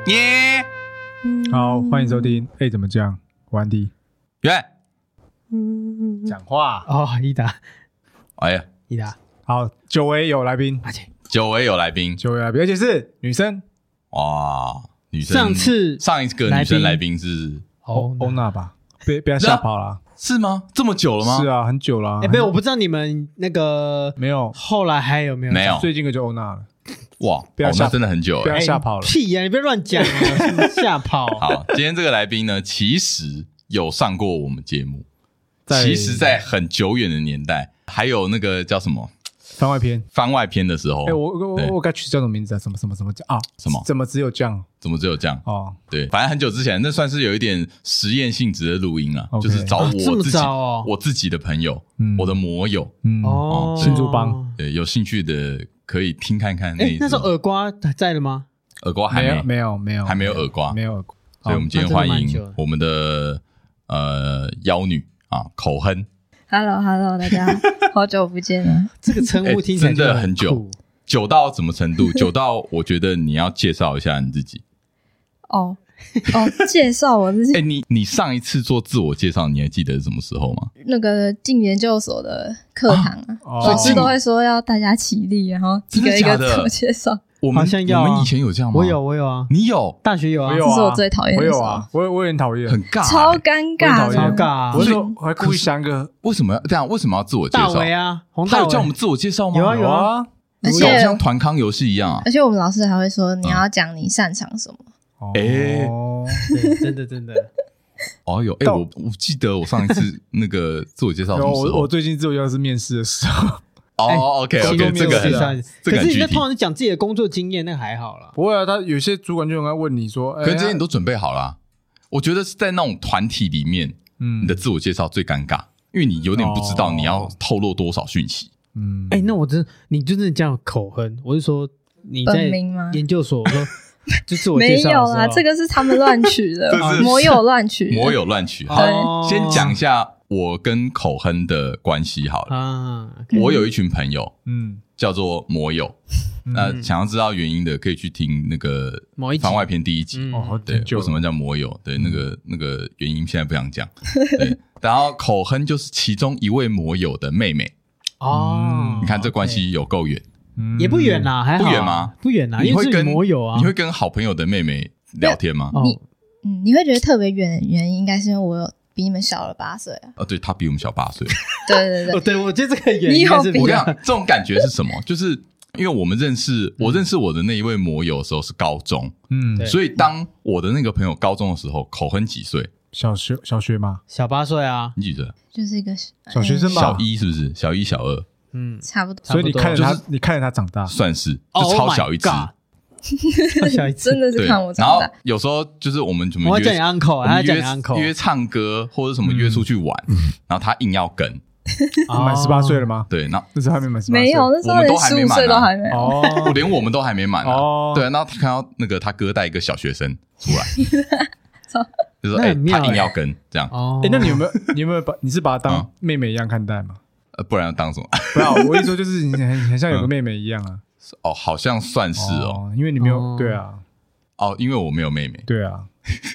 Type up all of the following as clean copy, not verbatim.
耶！ 好，欢迎收听。怎么讲？我安迪。 约。 讲话哦，一达， 哎呀， 一达， 好，久违有来宾， 久违有来宾， 而且是女生。 哇，女生。上一个女生来宾是欧娜吧？被她吓跑了。 是吗？这么久了吗？ 是啊，很久了。 没有，我不知道你们那个没有， 后来还有没有？ 没有， 最近的就欧娜了。 哇，那真的很久， 被她吓跑了。 屁呀！你别乱讲啊，吓跑。 好，今天这个来宾呢，其实有上过我们节目，其实在很久远的年代，还有那个叫什么番外篇的时候， 我该取叫什么名字啊？什么啊？ 什么？ 怎么只有这样？ 哦，对，反正很久之前，那算是有一点实验性质的录音啊，就是找我自己的朋友，我的魔友， 新竹帮， 对，有兴趣的可以听看看。 那时候耳瓜在了吗？ 耳瓜还没有， 还没有耳瓜， 没有耳瓜。 所以我们今天欢迎我们的妖女啊，口哼。 Hello， 大家好久不见了。 这个称呼听起来真的很久，久到什么程度？久到我觉得你要介绍一下你自己。 哦，介绍我自己。 你上一次做自我介绍，你还记得是什么时候吗？ 那个进研究所的课堂啊，老师都会说要大家起立，然后一个一个自我介绍。 我们以前有这样吗？ 我有啊， 你有？ 大学有啊， 这是我最讨厌的。 我有啊，我也很讨厌， 很尬， 超尴尬， 超尬。 我说我还故意想个为什么要这样？为什么要自我介绍？ 大为啊， 他有叫我们自我介绍吗？ 有啊， 而且搞像团康游戏一样啊！ 而且我们老师还会说你要讲你擅长什么。 对，真的。 哦哟，我记得我上一次那个自我介绍什么时候？ 我最近自我介绍是面试的时候。 OK， 这个很可是你在通常是讲自己的工作经验，那个还好啦。 不会啊，他有些主管就很爱问你说， 可是这些你都准备好了。我觉得是在那种团体里面，你的自我介绍最尴尬，因为你有点不知道你要透露多少讯息。 那你真的这样口哼？我是说你在研究所，我说就自我介绍没有啦，这个是他们乱取的，魔友乱取。 先讲一下我跟口哼的关系好了。我有一群朋友，叫做魔友。那想要知道原因的，可以去听那个番外篇第1集。对，为什么叫魔友？对，那个原因现在不想讲。对，然后口哼就是其中一位魔友的妹妹。你看这关系有够远。 也不远啦，还好。 不远吗？ 不远啦，因为是魔友啊。 你会跟好朋友的妹妹聊天吗？ 你会觉得特别远的原因，应该是因为我比你们小了8岁啊。 对，他比我们小8岁。 对， 对，我觉得这个原因应该是我跟你讲，这种感觉是什么？就是因为我们我认识我的那一位魔友的时候是高中，所以当我的那个朋友高中的时候，口哼几岁？ 小学吗？ 小8岁啊。 你几岁？ 就是一个小学生吧。 小1是不是？小1、小2。 差不多。 所以你看着他长大， 算是就超小一只， 真的是看我长大。 然后有时候就是我们我叫你 uncle， 约唱歌或者什么约出去玩，然后他硬要跟。 满18岁了吗？ 对，那时候还没满18岁。 没有，那时候连15岁都还没有。 连我们都还没满啊。对，然后他看到那个他哥带一个小学生出来，就说他硬要跟这样。 那你有没有你是把他当妹妹一样看待吗？ 不然要当什么？ 不要，我一说就是你很像有个妹妹一样啊。 好像算是因为你没有对啊。 因为我没有妹妹。 对啊。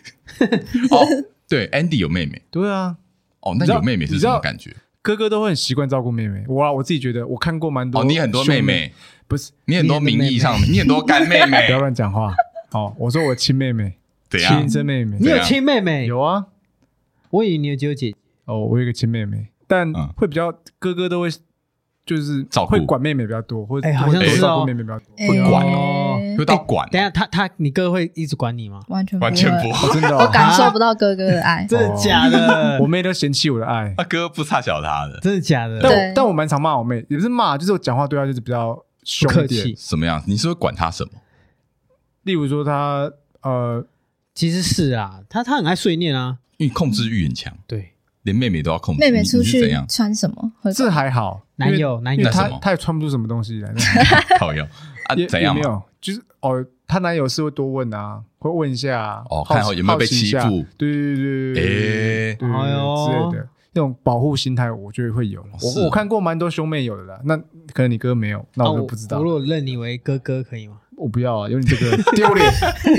对 ，Andy 有妹妹。 对啊。 那有妹妹是什么感觉？ 哥哥都会很习惯照顾妹妹。我自己觉得，我看过蛮多。 你很多妹妹， 不是你很多名义上，你很多干妹妹。 不要乱讲话。我说我亲妹妹，亲生妹妹。 你有亲妹妹？ 有啊。 我以为你有姐姐。 我有一个亲妹妹。但会比较哥哥都会就是会管妹妹比较多，或者好像是照顾妹妹比较多， 会管会到管。 等一下你哥会一直管你吗？ 完全不会， 真的我感受不到哥哥的爱。 真的假的？ 我妹都嫌弃我的爱。 他哥不差小他的。 真的假的？ 但我蛮常骂我妹，也不是骂，就是我讲话对她就是比较凶一点。 什么样？你是会管她什么？ 例如说她其实是啊，她很爱碎念啊， 因为控制欲很强。 对。 连妹妹都要控制。 妹妹出去穿什么？ 这还好， 男友她也穿不出什么东西来。 靠腰怎样？ 没有，就是她男友是会多问啊，会问一下看有没有被欺负。 对之类的那种保护心态，我觉得会有。我看过蛮多兄妹有的啦，那可能你哥没有，那我就不知道。 我如果认你为哥哥可以吗？ 我不要啊，有你这个丢脸。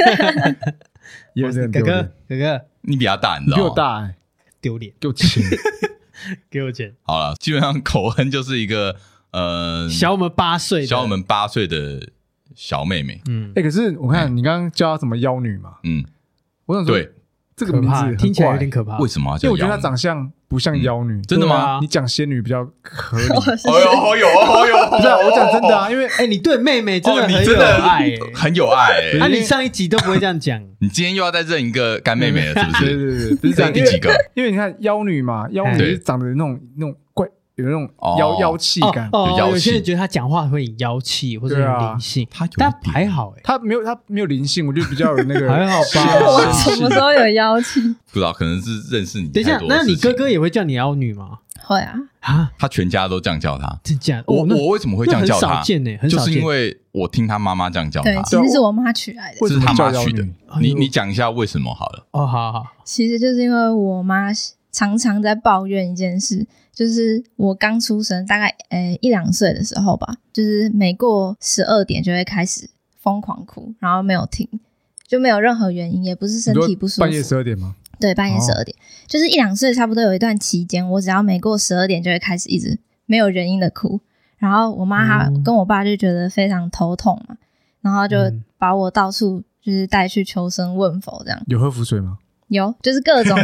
哥哥， 你比他大，你知道吗？ 比我大丢脸， 给我钱， 给我钱。 好了，基本上口恩就是一个小我们8岁的小妹妹。 可是我看你刚刚叫她什么妖女嘛，我想说，对这个名字听起来有点可怕。 为什么？ 因为我觉得她长相不像妖女， 真的吗？ 你讲仙女比较合理。 好有啊！ 不是，我讲真的啊，因为你对妹妹真的很有爱， 很有爱。 你上一集都不会这样讲， 你今天又要再认一个干妹妹了，是不是？ 对，不是这样。 第几个？ 因为你看妖女嘛，妖女是长得那种怪，有那种妖气感。 有些人觉得她讲话会有妖气或者有灵性，但还好她没有灵性，我觉得比较有那个还好吧。 我什么时候有妖气？ 不知道，可能是认识你。 等一下，那你哥哥也会叫你妖女吗？ 会啊， 他全家都这样叫他， 真假？ 我为什么会这样叫他？ 很少见欸， 就是因为我听他妈妈这样叫他。 对，其实是我妈取来的， 是他妈取的。你讲一下为什么好了？ 好。 其实就是因为我妈常常在抱怨一件事，就是我刚出生大概1-2岁的时候吧，就是每过12点就会开始疯狂哭，然后没有停，就没有任何原因，也不是身体不舒服。 半夜12点吗？ 对，半夜12点，就是1-2岁差不多有一段期间，我只要每过12点就会开始一直没有原因的哭，然后我妈她跟我爸就觉得非常头痛嘛，然后就把我到处就是带去求神问佛这样。 有喝符水吗？ 有，就是各种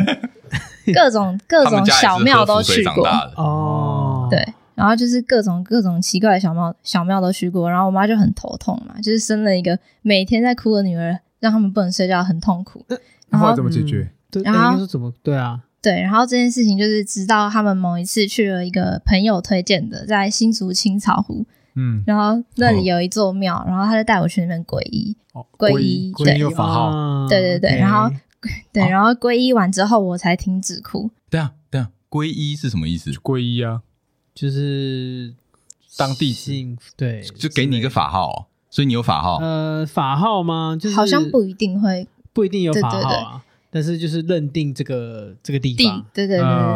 小庙都去过哦。对，然后就是各种奇怪的小庙都去过，然后我妈就很头痛嘛，就是生了一个每天在哭的女儿，让他们不能睡觉，很痛苦。 然后怎么解决？ 然后怎么对， 然后这件事情就是直到他们某一次去了一个朋友推荐的，在新竹青草湖，然后那里有一座庙，然后他就带我去那边皈依， 皈依有法号， 对，然后然后皈依完之后我才停止哭。 对啊，皈依是什么意思？ 皈依啊， 就是当弟子， 对， 就给你一个法号，所以你有法号？ 法号吗？就是好像不一定有法号啊。但是就是认定这个地方， 对。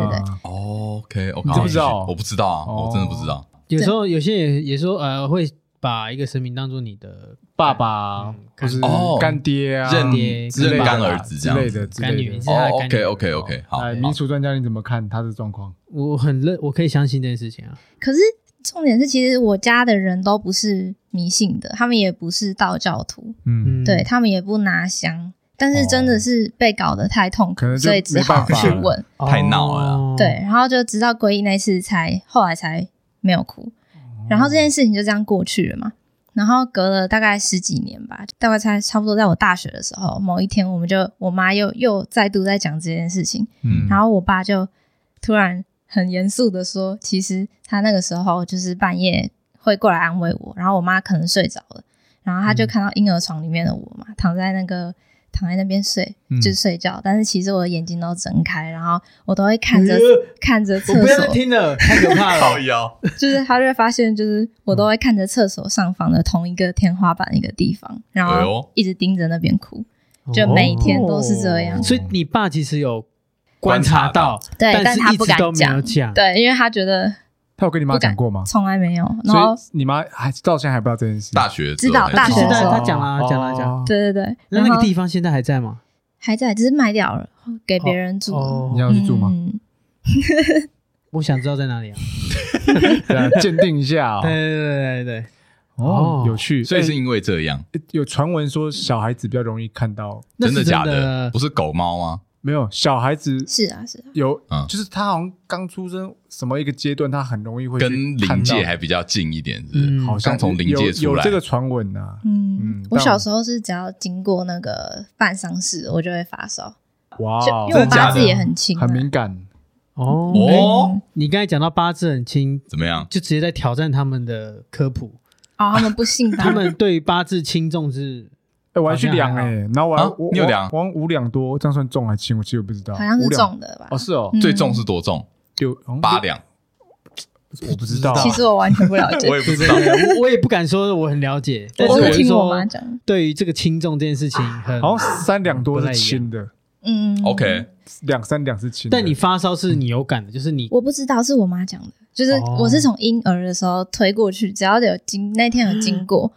OK， 你知不知道？ 我不知道啊，我真的不知道。 有时候有些也说会把一个神明当做你的爸爸，或是干爹啊， 认干儿子这样之类的， 干女 OK，好。 民俗专家你怎么看他的状况？ 我可以相信这件事情啊。 可是重点是，其实我家的人都不是迷信的，他们也不是道教徒，对他们也不拿香。但是真的是被搞得太痛苦，所以只好去问， 太闹了。 对，然后就直到皈依那次后来才没有哭，然后这件事情就这样过去了嘛。然后隔了大概10几年吧，大概差不多在我大学的时候，某一天我妈又再度在讲这件事情，然后我爸就突然很严肃的说，其实他那个时候就是半夜会过来安慰我，然后我妈可能睡着了，然后他就看到婴儿床里面的我嘛，躺在那边睡，就是睡觉，但是其实我的眼睛都睁开，然后我都会看着厕所。我不要再听了，太可怕了。 就是他就会发现，就是我都会看着厕所上方的同一个天花板一个地方，然后一直盯着那边哭，就每天都是这样。 所以你爸其实有观察到， 对，但是他不敢讲， 对，因为他觉觉他有跟你妈讲过吗？ 从来没有。然后所以你妈到现在还不知道这件事。 大学知道，大学的时候他讲了。 对。 那个地方现在还在吗？ 还在，只是卖掉了，给别人住。 你要去住吗？ 我想知道在哪里啊？ 鉴定一下。 对。 有趣。 所以是因为这样， 有传闻说小孩子比较容易看到， 真的假的？不是狗猫吗？ 没有，小孩子是啊， 有，就是他好像刚出生什么一个阶段，他很容易会跟灵界还比较近一点， 好像从灵界出来有这个传闻啊。 我小时候是只要经过那个办丧事，我就会发烧。 哇， 因为我八字也很轻， 很敏感。 你刚才讲到八字很轻， 怎么样？ 就直接在挑战他们的科普。 他们不信他们对八字轻重是。 我还去量然后你有量？ 我5两多，这样算重还轻？我其实我不知道， 好像是重的吧？ 是哦， 最重是多重？8两， 我不知道。 其实我完全不了解， 我也不知道， 我也不敢说我很了解。但是我听我妈讲， 对于这个轻重这件事情， 好像3两多是轻的 ，OK， 2-3两是轻的。 但你发烧是你有感的，就是你我不知道，是我妈讲的，就是我是从婴儿的时候推过去，只要那天有经过。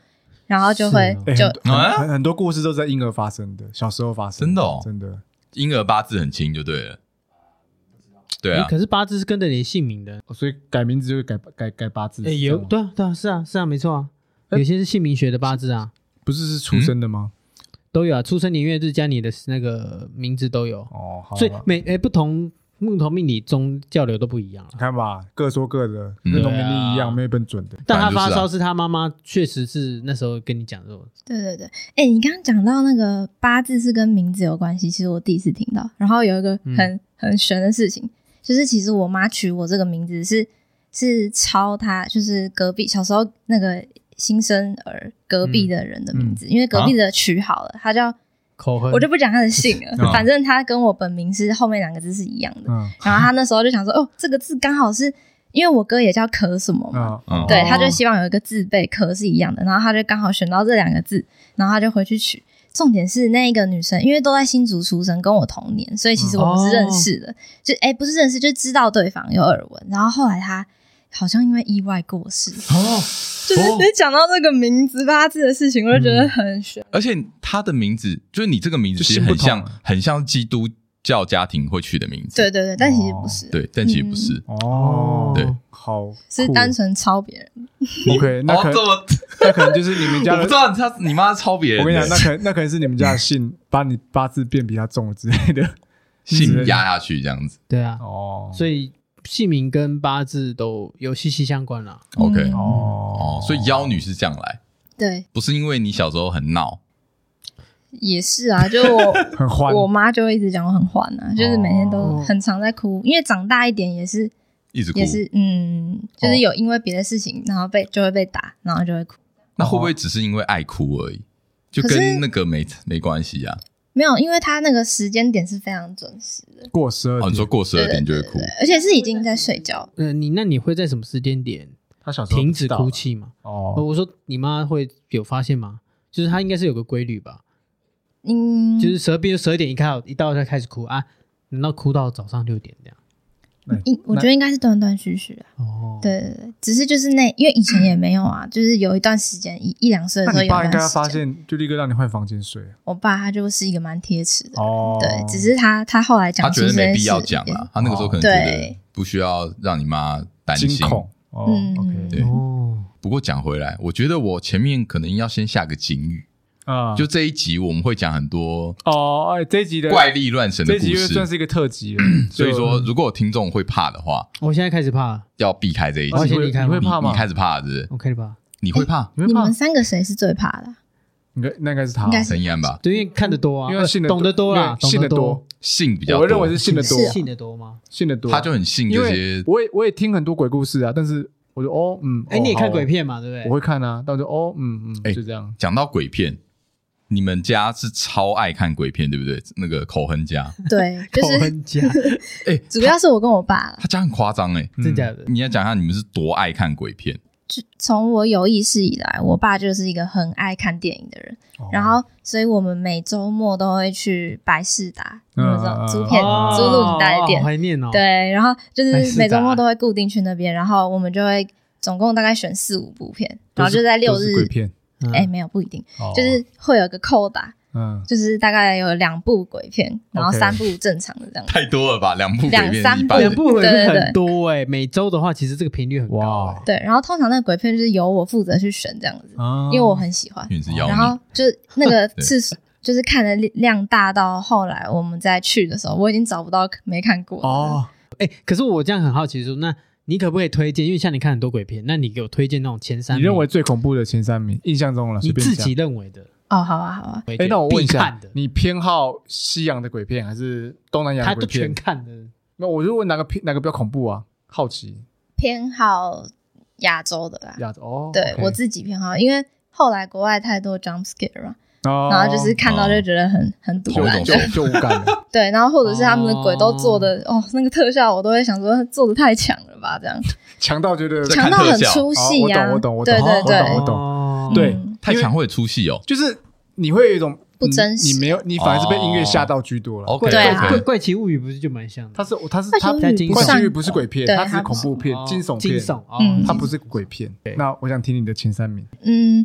然后就会很多故事都在婴儿发生的，小时候发生的， 真的哦， 真的。 婴儿八字很轻就对了。对啊， 可是八字是跟着你的姓名的， 所以改名字就改八字。 有对啊，是啊，没错啊。有些是姓名学的八字啊， 不是出生的吗？ 都有啊，出生年月日加你的那个名字都有哦。 所以不同木头命理宗教流都不一样。 你看吧，各说各的，跟农民历一样，没有一本准的。 但他发烧是他妈妈确实是那时候跟你讲的。 对，你刚刚讲到那个八字是跟名字有关系，其实我第一次听到。然后有一个很玄的事情，就是其实我妈取我这个名字是抄她，就是隔壁小时候那个新生儿隔壁的人的名字，因为隔壁的取好了，他叫口哼， 我就不讲他的姓了，反正他跟我本名是后面两个字是一样的。然后他那时候就想说，这个字刚好是因为我哥也叫可什么嘛，对，他就希望有一个字辈可是一样的，然后他就刚好选到这两个字，然后他就回去取。重点是那一个女生，因为都在新竹出生，跟我同年，所以其实我们是认识的，就不是认识，就知道对方有耳闻。然后后来他好像因为意外过世，就是你讲到这个名字八字的事情，我就觉得很玄。 而且他的名字，就是你这个名字，其实很像基督教家庭会取的名字。 对，但其实不是。 对，但其实不是。 对，好， 是单纯抄别人。 OK， 那可能就是你们家的。 我不知道你妈抄别人。 我跟你讲，那可能是你们家的姓把你八字变比他重之类的， 姓压下去这样子。 对啊，所以姓名跟八字都有息息相关啦。 OK，所以妖女是这样来。 对， 不是因为你小时候很闹。 也是啊，就我妈就会一直讲我很欢啊，就是每天都很常在哭，因为长大一点也是一直哭， 也是就是有因为别的事情，然后就会被打，然后就会哭。 那会不会只是因为爱哭而已，就跟那个没关系啊？ 没有，因为他那个时间点是非常准时的， 过12点， 你说过12点就会哭， 而且是已经在睡觉。 那你会在什么时间点他小时候停止哭泣吗？我说你妈会有发现吗？就是他应该是有个规律吧。就是12点一到就开始哭啊，难道哭到早上6点这样？ 我觉得应该是断断续续啊。对，只是就是因为以前也没有啊，就是有一段时间1-2岁的时候有一段时间。那你爸应该发现就立刻让你换房间睡。 我爸他就是一个蛮贴齿的，对，只是他后来讲， 他觉得没必要讲啊，他那个时候可能觉得不需要让你妈担心。 惊恐，OK， 对。不过讲回来，我觉得我前面可能要先下个警语。就这一集我们会讲很多这一集的怪力乱神的故事， 这一集算是一个特辑了。 所以说，如果有听众会怕的话， 我现在开始怕了， 要避开这一集。 我先离开， 你会怕吗？ 你开始怕了是不是？ 我开始怕， 你会怕？ 你们3个谁是最怕的？ 那应该是他， 陈怡安吧？ 对，因为看得多啊， 因为懂得多啦， 信得多， 信比较多。 我认为是信得多， 信得多吗？ 信得多， 他就很信这些。 我也听很多鬼故事啊，但是我就你也看鬼片嘛，对不对？ 我会看啊，但就就这样。 讲到鬼片。你们家是超爱看鬼片，对不对？那个口哼家， 对，就是口哼家。 主要是我跟我爸了。 他家很夸张真假的？ 你要讲一下你们是多爱看鬼片？ 就从我有意识以来，我爸就是一个很爱看电影的人。然后，所以我们每周末都会去百视达，那种租录影带的店， 怀念哦。 对，然后就是每周末都会固定去那边，然后我们就会总共大概选4-5部片，然后就在6日。 鬼片。 没有不一定，就是会有个扣打，就是大概有2部鬼片，然后3部正常的这样。 太多了吧，2部鬼片 2部鬼片很多每周的话，其实这个频率很高。 对，然后通常那个鬼片就是由我负责去选这样子，因为我很喜欢。然后就是那个次数，就是看的量大到后来我们再去的时候，我已经找不到没看过可是我这样很好奇说，那你可不可以推荐？因为像你看很多鬼片，那你给我推荐那种前3名。 你认为最恐怖的前3名，印象中了， 你自己认为的。 好啊。 那我问一下，你偏好西洋的鬼片还是东南亚的鬼片？ 他都全看的。 那我就问哪个比较恐怖啊？好奇。 偏好亚洲的啦。 亚洲对，我自己偏好，因为后来国外太多 jump scare 嘛。然后就是看到就觉得很堵然， 就无感了。 对，然后或者是他们的鬼都做的那个特效，我都会想说做的太强了吧，这样强到觉得强到很出戏啊！ 我懂， 对， 对， 太强会出戏就是你会有一种不真实， 你反而是被音乐吓到居多了。 对啊，怪奇物语不是就蛮像的？ 它怪奇物语不是鬼片，它是恐怖片、惊悚片，它不是鬼片。那我想听你的前3名。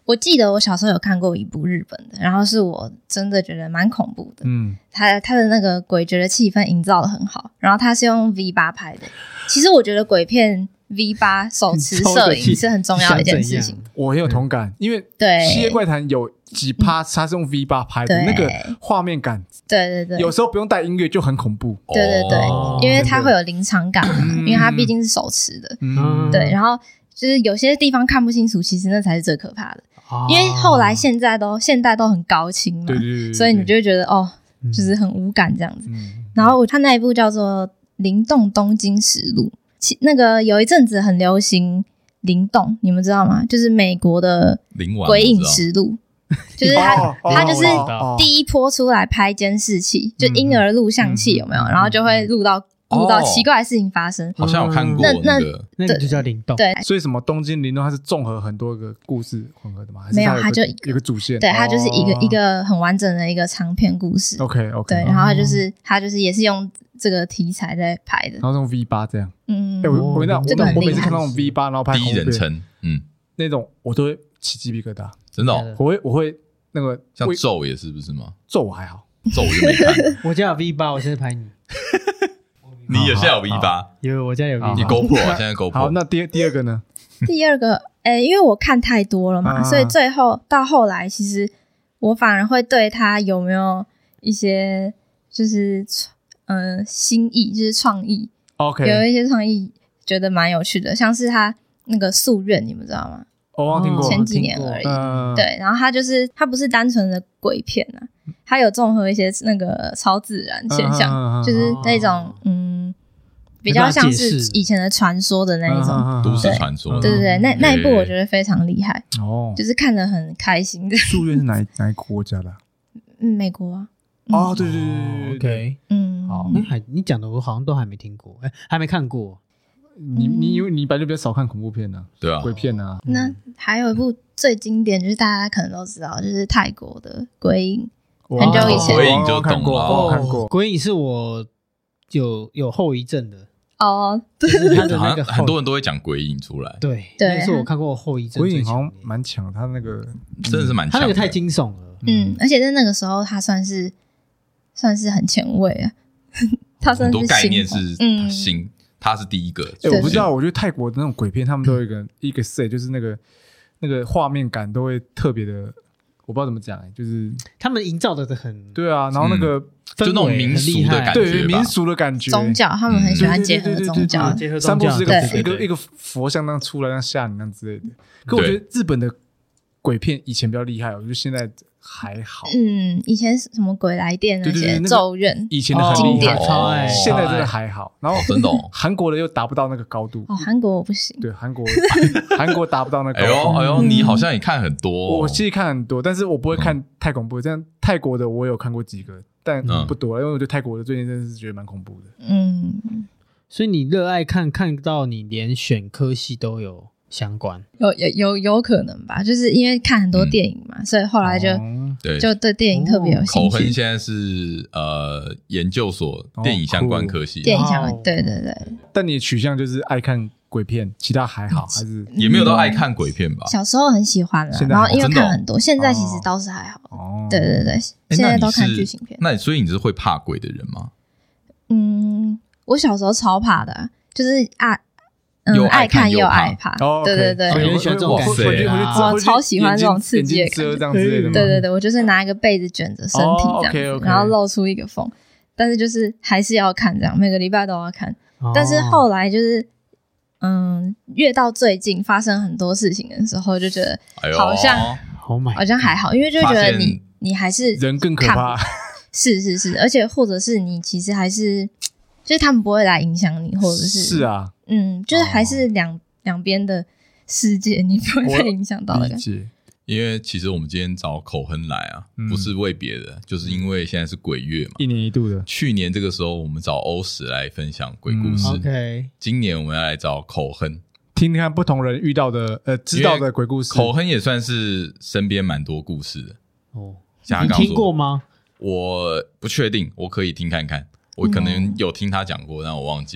我记得我小时候有看过一部日本的，然后是我真的觉得蛮恐怖的。他的那个诡谲的气氛营造的很好，然后他是用 V8 拍的。其实我觉得鬼片 V8 手持摄影是很重要的一件事情。 我很有同感，因为《七夜怪谈》有几趴它是用 V8 拍的，那个画面感， 对，有时候不用带音乐就很恐怖。 对，因为它会有临场感嘛，因为它毕竟是手持的。对，然后就是有些地方看不清楚，其实那才是最可怕的。因为后来现代都很高清嘛，对，所以你就会觉得就是很无感这样子。然后他那一部叫做《灵动东京实录》，那个有一阵子很流行灵动，你们知道吗？就是美国的鬼影实录，就是他就是第一波出来拍监视器，就婴儿录像器有没有？然后就会录到奇怪的事情发生。 好像有看过那个就叫灵动。 对， 所以什么东京灵动，它是综合很多个故事混合的吗？ 没有，它就有个主线。 对，它就是一个很完整的一个长篇故事。 OK， 对，然后它就是也是用这个题材在拍的， 然后用 V8 这样。我每次看那种 V8 然后拍第一人称， 那种我都会起鸡皮疙瘩。 真的， 我会那个像咒也是不是吗？ 咒我还好， 咒我就没看。 我家有 V8，我现在拍你。 你也现在有 V8？ 有，我家有 V8。 你 GoPro 现在 GoPro。 好，那第二个呢？ 第二个，因为我看太多了嘛，所以最后到后来，其实我反而会对他有没有一些就是新意，就是创意。 OK， 有一些创意觉得蛮有趣的，像是他那个夙愿，你们知道吗？ 我听过， 前几年而已。对，然后它不是单纯的鬼片啊，它有综合一些那个超自然现象，就是那种比较像是以前的传说的那一种都市传说。 对，那一部我觉得非常厉害就是看得很开心的。 夙愿是哪一个国家的？ 美国啊。 对 ，OK，好，你讲的我好像都还没听过，还没看过。 你本来就比较少看恐怖片对啊， 鬼片啊。 那还有一部最经典，就是大家可能都知道，就是泰国的《鬼影》，很久以前。 鬼影就懂了， 看过。 鬼影是我有后遗症的对， 他的那个很多人都会讲鬼影出来。 对，那是我看过后遗症。 鬼影好像蛮强，他那个真的是蛮强， 他那个太惊悚了。 而且在那个时候，他算是很前卫啊。他算是很多概念是新。他是第一个， 我不知道，我觉得泰国的那种鬼片，他们都有一个 say， 就是那个画面感都会特别的，我不知道怎么讲，就是他们营造的很对啊，然后那个就那种民俗的感觉， 对民俗的感觉， 宗教他们很喜欢结合宗教， 三步是一个佛像那样出来，像吓你那样之类的。可我觉得日本的鬼片以前比较厉害，我觉得现在还好。 以前什么鬼来电那些咒怨， 以前的很厉害，现在真的还好。然后真的韩国的又达不到那个高度。 韩国我不行。 对，韩国达不到那个高度。 哎呦，你好像也看很多。 我其实看很多，但是我不会看太恐怖。这样泰国的我有看过几个，但不多，因为我觉得泰国的最近真的是觉得蛮恐怖的。 所以你热爱看到你连选科系都有相关， 有可能吧，就是因为看很多电影嘛，所以后来就对电影特别有兴趣。 口亨现在是研究所电影相关科系， 电影相关，对。 但你的取向就是爱看鬼片，其他还好，还是也没有到爱看鬼片吧？ 小时候很喜欢啦，然后因为看很多，现在其实倒是还好。对，现在都看剧情片。 那所以你是会怕鬼的人吗？ 我小时候超怕的，就是爱看又爱怕。对， 所以喜欢这种感觉。 我超喜欢这种刺激的感觉。对，我就是拿一个被子卷着身体这样子，然后露出一个缝，但是就是还是要看这样，每个礼拜都要看。但是后来就是越到最近发生很多事情的时候，就觉得好像还好，因为就觉得你还是人更可怕。 是，而且或者是你其实还是就是他们不会来影响你，或者是啊， 就是还是两边的世界，你不会被影响到的感觉。 因为其实我们今天找口亨来啊，不是为别的，就是因为现在是鬼月嘛， 一年一度的。 去年这个时候我们找欧史来分享鬼故事 ，OK。 今年我们要来找口亨， 听听看不同人遇到的知道的鬼故事。 口亨也算是身边蛮多故事的你听过吗？ 我不确定，我可以听看看。我可能有听他讲过，但我忘记。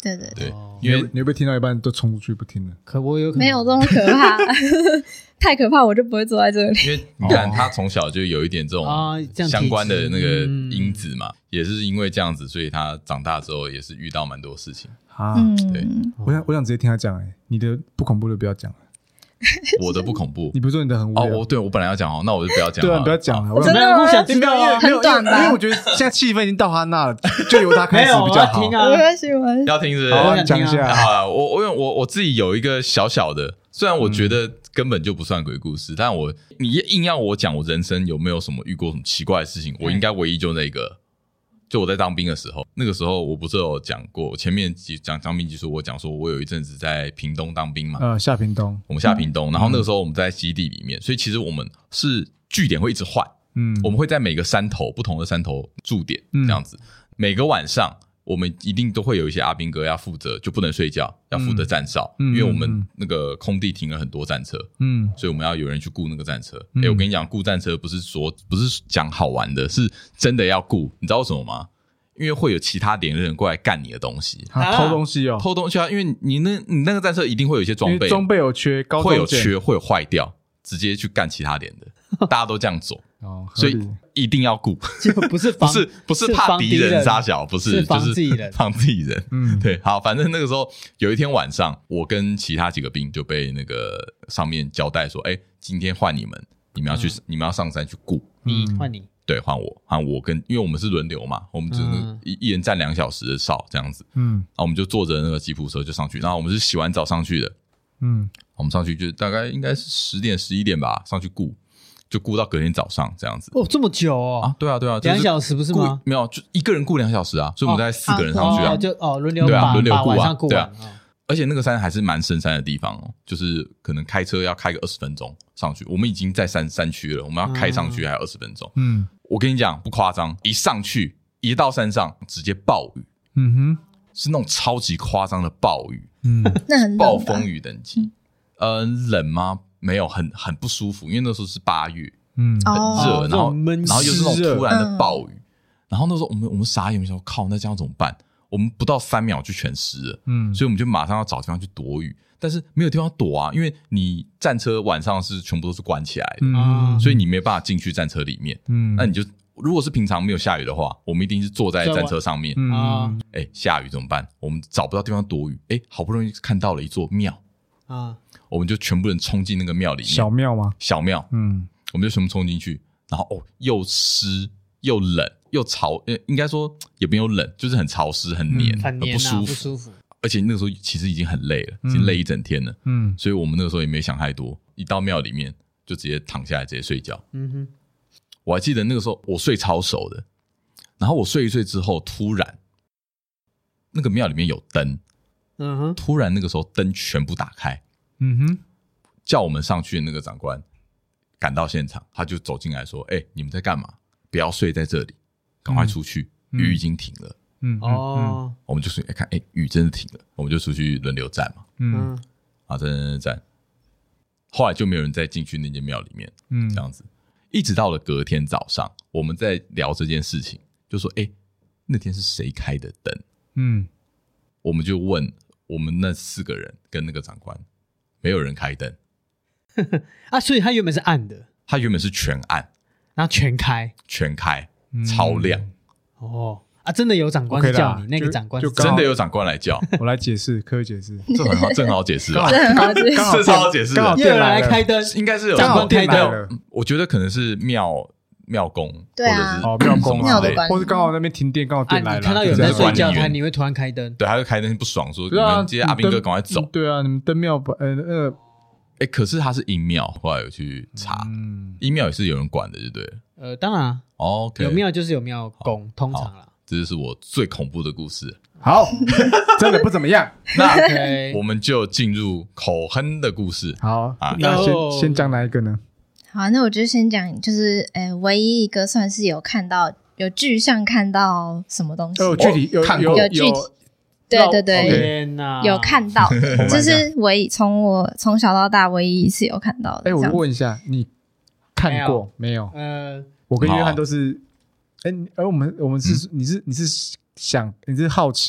对对对， 因为你会不会听到一半都冲出去不听了？ 可我有可能没有这么可怕，太可怕我就不会坐在这里。 因为你看他从小就有一点这种相关的那个因子嘛，也是因为这样子，所以他长大之后也是遇到蛮多事情啊。对，我想直接听他讲，你的不恐怖的不要讲了。 我的不恐怖， 你不是说你的很无聊哦？对，我本来要讲那我就不要讲。 对啊，不要讲了。我真的不想听到啊， 很短吧？ 因为我觉得现在气氛已经到他那了，就由他开始比较好。 我很喜欢， 要听是不是？ 好，讲一下。 好了，我自己有一个小小的，虽然我觉得根本就不算鬼故事，但你硬要我讲我人生有没有什么遇过什么奇怪的事情，我应该唯一就那个。就我在当兵的时候，那个时候我不是有讲过，我前面讲当兵技术，我讲说我有一阵子在屏东当兵嘛， 下屏东， 我们下屏东，然后那个时候我们在基地里面，所以其实我们是据点会一直换，我们会在每个山头不同的山头驻点，这样子，每个晚上我们一定都会有一些阿兵哥要负责，就不能睡觉，要负责站哨，因为我们那个空地停了很多战车，所以我们要有人去顾那个战车。我跟你讲，顾战车不是讲好玩的，是真的要顾。你知道为什么吗？因为会有其他点的人过来干你的东西， 偷东西哦， 偷东西啊！因为你那个战车一定会有一些装备， 装备有缺， 会有缺，会有坏掉，直接去干其他点的，大家都这样走。所以一定要顾， 就不是怕敌人杀小，不是防自己人， 防自己人。对，好，反正那个时候有一天晚上，我跟其他几个兵就被那个上面交代说，今天换你们要上山去顾， 换你， 对，换我因为我们是轮流嘛，我们只能一人站2小时的哨这样子，然后我们就坐着那个吉普车就上去，然后我们是洗完澡上去的，我们上去就大概应该是10点11点吧，上去顾。就顾到隔天早上这样子这么久哦啊？对啊 ，2小时不是吗？ 没有，就一个人顾2小时啊，所以我们大概4个人上去啊， 就轮流对啊，轮流顾啊， 对啊。 而且那个山还是蛮深山的地方哦，就是可能开车要开个20分钟上去，我们已经在山区了，我们要开上去还有20分钟。我跟你讲不夸张，一上去一到山上直接暴雨，是那种超级夸张的暴雨， 那很暴风雨等级。冷吗？没有，很不舒服，因为那时候是8月，很热，然后又是那种突然的暴雨，然后那时候我们傻眼，想说靠，那这样怎么办？我们不到3秒就全湿了，所以我们就马上要找地方去躲雨，但是没有地方躲啊，因为你战车晚上是全部都是关起来的，所以你没办法进去战车里面，那你就如果是平常没有下雨的话，我们一定是坐在战车上面，下雨怎么办？我们找不到地方躲雨，好不容易看到了一座庙我们就全部人冲进那个庙里面， 小庙吗？ 小庙，我们就全部冲进去，然后又湿又冷又潮，应该说也没有冷，就是很潮湿很黏，很不舒服。而且那个时候其实已经很累了，已经累一整天了，所以我们那个时候也没想太多，一到庙里面就直接躺下来直接睡觉。我还记得那个时候我睡超熟的，然后我睡一睡之后，突然那个庙里面有灯，突然那个时候灯全部打开。叫我们上去的那个长官赶到现场，他就走进来说：“你们在干嘛？不要睡在这里，赶快出去，雨已经停了。”我们就说：“看，雨真的停了。”我们就出去轮流站嘛。站。后来就没有人再进去那间庙里面，这样子，一直到了隔天早上，我们在聊这件事情，就说：“那天是谁开的灯？”我们就问我们那4个人跟那个长官。没有人开灯所以它原本是暗的， 它原本是全暗， 然后全开， 超亮。 真的有长官叫你，那个长官真的有长官来叫， 我来解释，可以解释， 这很好，正好解释啊， 这超好解释， 又有人来开灯， 应该是有长官开灯， 我觉得可能是庙公， 对啊， 或者是庙公庙的， 或是刚好那边停电，刚好电来了， 你看到有人在睡觉，你会突然开灯， 对，他就开灯不爽，说你们这些阿兵哥赶快走， 对啊，你们灯庙可是他是阴庙，后来有去查，阴庙也是有人管的，对不对？ 当然 ，OK， 有庙就是有庙公，通常啦。 这就是我最恐怖的故事。 好，真的不怎么样。 那我们就进入口哼的故事。 好，那先讲哪一个呢？ 好，那我就先讲，就是唯一一个算是有看到有具象看到什么东西， 具体有看过， 有具体。对，有看到，这是我从小到大唯一一次有看到的。 我问一下，你看过没有？我跟约翰都是，我们是你是好奇，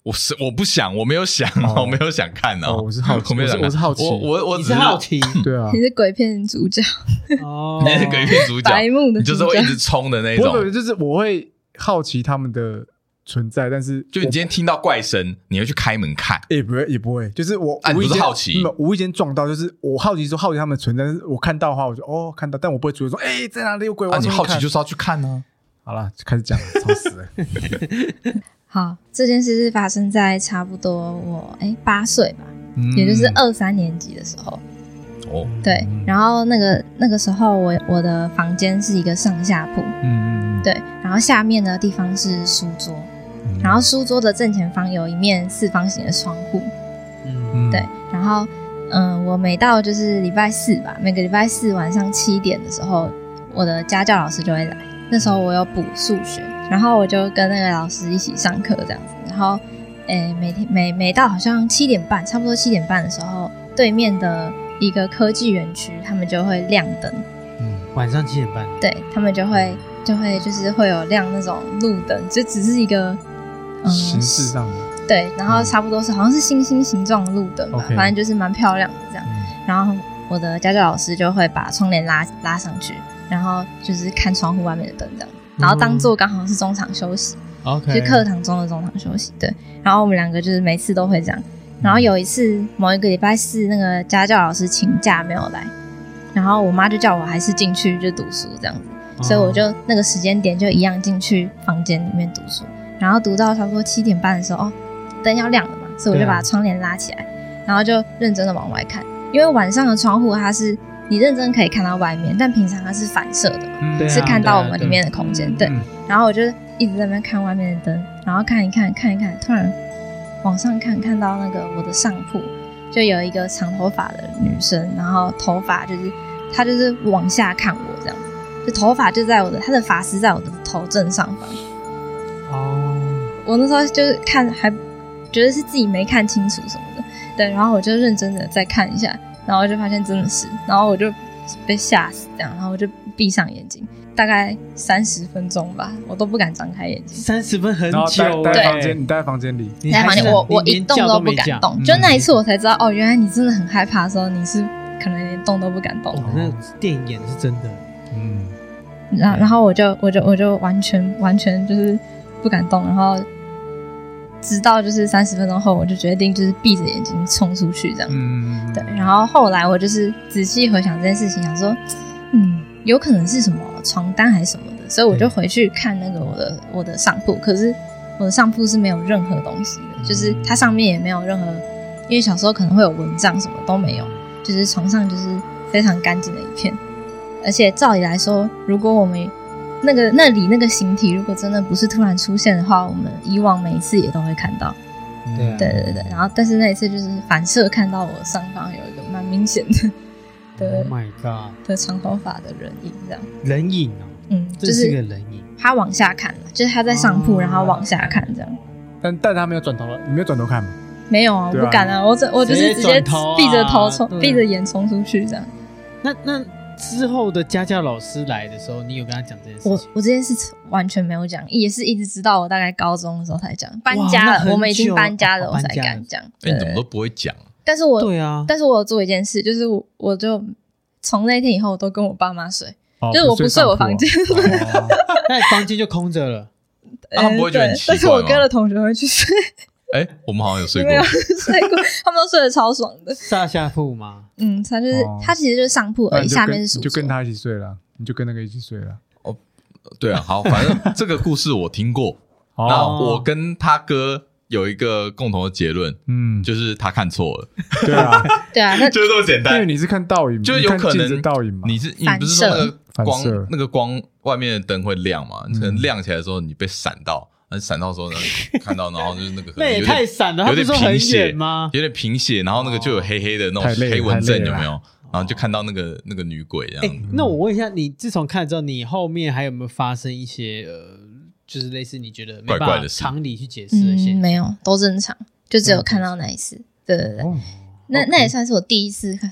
我不想，我没有想，我没有想看哦。 我是好奇，我是好奇， 你是好奇， 对啊， 你是鬼片主角哦，你是鬼片主角， 白目的主角， 你就是会一直冲的那种。 不，就是我会好奇他们的存在，但是就你今天听到怪声，你会去开门看？ 也不会，就是我不是好奇， 无意间撞到，就是我好奇他们的存在，但是我看到的话，我就看到，但我不会主动说，在哪里有鬼？ 你好奇就是要去看呢。 好了，开始讲了，吵死了。 好，这件事是发生在差不多我8岁吧，也就是2、3年级的时候。 哦， 对，然后那个时候我的房间是一个上下铺，对，然后下面的地方是书桌，然后书桌的正前方有一面4方形的窗户，对，然后我每到就是礼拜4吧，每个礼拜4晚上7点的时候，我的家教老师就会来。那时候我有补数学，然后我就跟那个老师一起上课这样子。然后，每到好像7点半，差不多7点半的时候，对面的一个科技园区，他们就会亮灯。 晚上7点半。 对，他们就会就是会有亮那种路灯，就只是一个形式上的。 对，然后差不多是好像是星星形状的路灯吧，反正就是蛮漂亮的这样。然后我的家教老师就会把窗帘拉上去。然后就是看窗户外面的灯这样，然后当做刚好是中场休息，就是课堂中的中场休息。对，然后我们两个就是每次都会这样。然后有一次某一个礼拜4，那个家教老师请假没有来，然后我妈就叫我还是进去就读书这样子，所以我就那个时间点就一样进去房间里面读书，然后读到差不多7点半的时候，灯要亮了嘛，所以我就把窗帘拉起来，然后就认真的往外看，因为晚上的窗户它是。你认真可以看到外面，但平常它是反射的，是看到我们里面的空间。对，然后我就一直在那边看外面的灯，然后看一看，突然往上看到那个我的上铺，就有一个长头发的女生，然后头发就是她就是往下看我这样子，就头发就在她的发丝在我的头正上方。我那时候就是看还觉得是自己没看清楚什么的，对，然后我就认真的再看一下。然后就发现真的是，然后我就被吓死这样，然后我就闭上眼睛，大概30分钟吧，我都不敢张开眼睛。 30分很久。 待在房间，你待在房间里， 待在房间，我一动都不敢动。就那一次我才知道，哦，原来你真的很害怕的时候，你是可能连动都不敢动。 那电影演的是真的。 然后我就完全就是不敢动，然后。直到就是30分钟后，我就决定就是闭着眼睛冲出去这样。对。然后后来我就是仔细回想这件事情，想说，有可能是什么床单还是什么的，所以我就回去看那个我的上铺。可是我的上铺是没有任何东西的，就是它上面也没有任何，因为小时候可能会有蚊帐什么都没有，就是床上就是非常干净的一片。而且照理来说，如果我们那里那个形体如果真的不是突然出现的话，我们以往每一次也都会看到。对，然后但是那一次就是反射看到我上方有一个蛮明显的 Oh my god 的长头发的人影这样。 人影这是一个人影。 他往下看了，就是他在上铺然后往下看这样。 但他没有转头了，你没有转头看吗？ 没有啊，我不敢啊，我就是直接闭着眼冲出去这样。 那之后的家教老师来的时候，你有跟他讲这件事情？ 我这件事完全没有讲，也是一直直到我大概高中的时候才讲。搬家了，我们已经搬家了，我才敢讲。 你怎么都不会讲？ 但是我有做一件事，就是我就从那天以后，我都跟我爸妈睡，就是我不睡我房间， 那房间就空着了。 他们不会觉得很奇怪吗？ 但是我跟了同学会去睡。 我们好像有睡过， 没有睡过，他们都睡得超爽的。 上下铺吗？ 他其实就是上铺而已，下面是书桌。 就跟他一起睡了，你就跟那个一起睡了。 对啊，好，反正这个故事我听过。那我跟他哥有一个共同的结论，就是他看错了。 对啊， 那就这么简单。 因为你是看倒影， 就有可能倒影嘛。 你不是说那个光外面的灯会亮嘛？可能亮起来的时候你被闪到。闪到的时候呢，看到，然后就是那个那也太闪了， 有点贫血吗？ 有点贫血，然后那个就有黑黑的那种黑纹症，有没有？然后就看到那个女鬼这样子。 那我问一下，你自从看了之后，你后面还有没有发生一些就是类似你觉得没办法常理去解释的现象？ 没有，都正常，就只有看到那一次。对，那也算是我第一次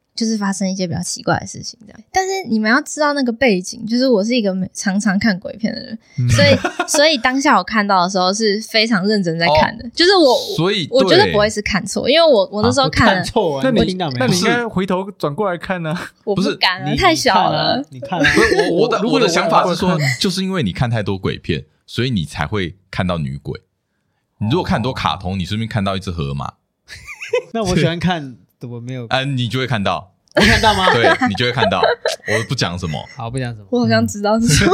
就是发生一些比较奇怪的事情这样。但是你们要知道那个背景，就是我是一个常常看鬼片的人，所以当下我看到的时候是非常认真在看的，就是我觉得不会是看错，因为我那时候看了， 那你应该回头转过来看呢。 我不敢了，太小了。 你看了， 我的想法是说，就是因为你看太多鬼片，所以你才会看到女鬼。你如果看很多卡通，你顺便看到一只河马， 那我喜欢看。我没有你就会看到， 会看到吗？ 对，你就会看到。我不讲什么， 好，不讲什么。 我好像知道是什么。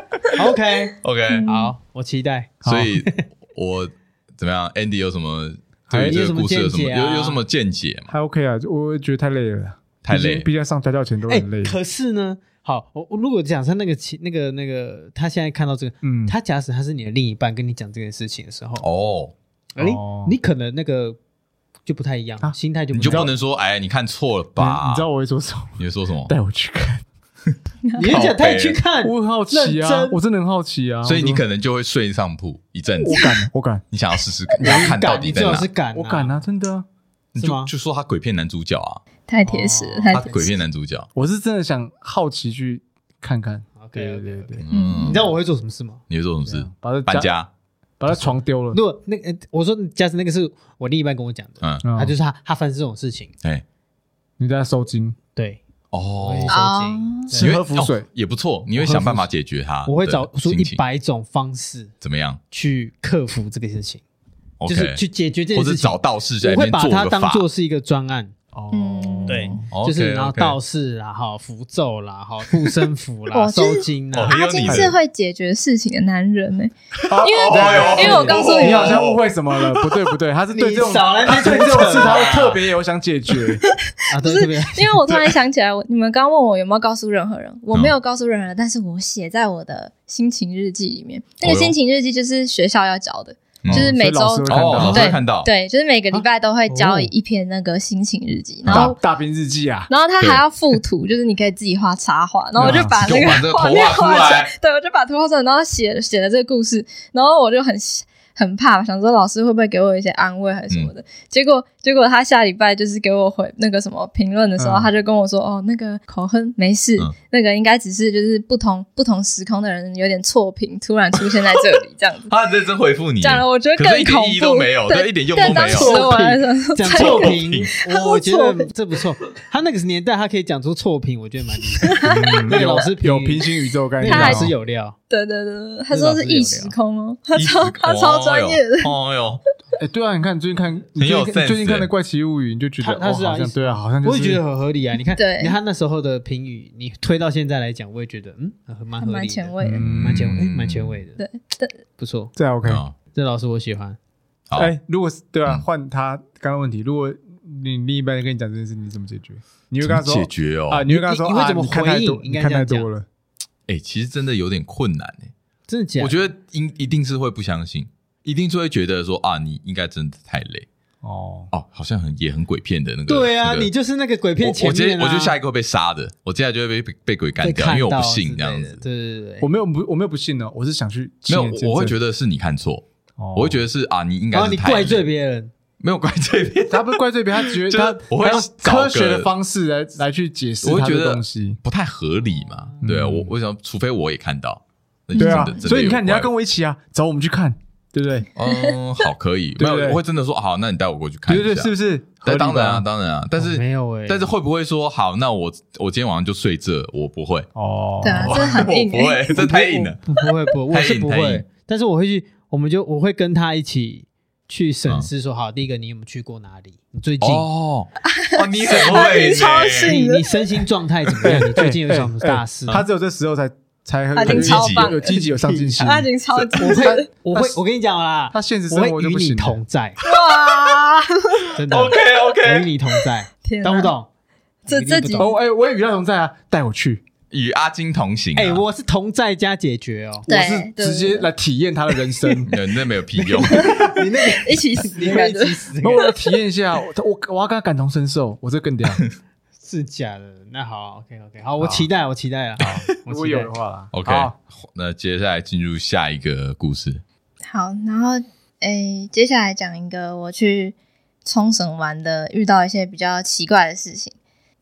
OK， 好，我期待。 所以，我怎么样 ？Andy 有什么对于这个故事有什么见解吗？ 还 OK 啊，我觉得太累了， 太累， 毕竟上家教前都很累。 可是呢，好，我如果讲他那个，他现在看到这个，他假使他是你的另一半，跟你讲这件事情的时候，你可能那个。就不太一样，心态就不一样。 你就不能说，哎，你看错了吧？ 你知道我会说什么？ 你会说什么？ 带我去看。 你会讲带你去看？ 我很好奇啊，我真的很好奇啊。 所以你可能就会睡上铺一阵子。 我敢。 你想要试试看，你要看到底在哪？ 我敢啊，真的啊。 你就说他鬼片男主角啊， 太贴实了， 他鬼片男主角。 我是真的想好奇去看看。 对，你知道我会做什么事吗？ 你会做什么事？搬家。 把他床丢了。 如果我说假使那个是我另一半跟我讲的，他就是他发生这种事情， 你在收金， 对， 收金，吃喝浮水也不错，你会想办法解决它。 我会找出100种方式， 怎么样去克服这个事情，就是去解决这件事情， 或者找道士在那边我会把它当做是一个专案。对，就是然后道士啦，符咒啦，护身符啦，收金啦。 阿金是会解决事情的男人呢，因为我告诉你好像误会什么了，不对，他是对这种事他会特别有想解决啊，对， 因为我突然想起来，你们刚问我有没有告诉任何人，我没有告诉任何人，但是我写在我的心情日记里面。那个心情日记就是学校要交的。就是每周老师会看到， 对，就是每个礼拜都会交一篇那个心情日记，然后大兵日记啊， 然后他还要附图，就是你可以自己画插画，然后我就把那个画面画出来，对，我就把图画出来，然后写了这个故事，然后我就很怕，想说老师会不会给我一些安慰还是什么的，结果他下礼拜就是给我回那个什么评论的时候，他就跟我说，哦，那个口哼没事，那个应该只是就是不同时空的人有点错评，突然出现在这里这样子。 他很认真回复你， 讲了我觉得更恐怖， 一点意义都没有，对，一点用都没有。 当时我还说讲错评，我觉得这不错。他那个年代他可以讲出错评，我觉得蛮厉害。那个老师有平行宇宙概念， 他还是有料。 对，他说是异时空哦，他超专业的。 哦哟， 对啊，你看最近看的《怪奇物语》，你就觉得他是好像对啊，好像我也觉得很合理啊。你看他那时候的评语，你推到现在来讲，我也觉得蛮合理的， 蛮前卫的， 蛮前卫的。 对， 不错， 这 OK。 这老师我喜欢。 如果对啊，换他刚刚问题，如果你另一半跟你讲这件事，你怎么解决？你会跟他说解决哦啊？你会跟他说你会怎么回应？ 你看太多了。 其实真的有点困难真的假的？ 我觉得一定是会不相信，一定是会觉得说啊，你应该真的太累好像也很鬼片的那个。 对啊，你就是那个鬼片前面我就下一个会被杀的，我接下来就会被鬼干掉，因为我不信这样子。 对， 我没有不信呢，我是想去没有，我会觉得是你看错，我会觉得是啊，你应该是你怪罪别人。 没有怪罪别人， 他不是怪罪别人，他觉得他用科学的方式来去解释他的东西， 不太合理嘛。对啊，我想，除非我也看到， 对啊，所以你看，你要跟我一起啊，找我们去看，对不对？ 好，可以，没有，我会真的说好，那你带我过去看一下， 对，是不是？ 当然啊，但是没有但是会不会说好？那我今天晚上就睡这，我不会对啊，这很硬， 不会，这太硬了， 不会，我是不会，但是我会跟他一起。去审视说好，第一个你有没有去过哪里？你最近你很会你身心状态怎么样？你最近有什么大事？ 他只有这时候才很积极， 有积极有上进心。 他已经超级， 我跟你讲啦， 他现实生活就不行。 我会与你同在， 哇， 真的 OK， 与你同在，懂不懂？ 这几我也与他同在啊，带我去。 与阿金同行我是同在加解决哦， 我是直接来体验他的人生， 那没有屁用， 你那个一起死， 你会一起死， 我来体验一下，我要跟他感同身受，我这更屌， 是假的？那好 ，OK， 好，我期待了，好， 如果有的话啦 ，OK， 那接下来进入下一个故事。 好，然后接下来讲一个我去冲绳玩的，遇到一些比较奇怪的事情。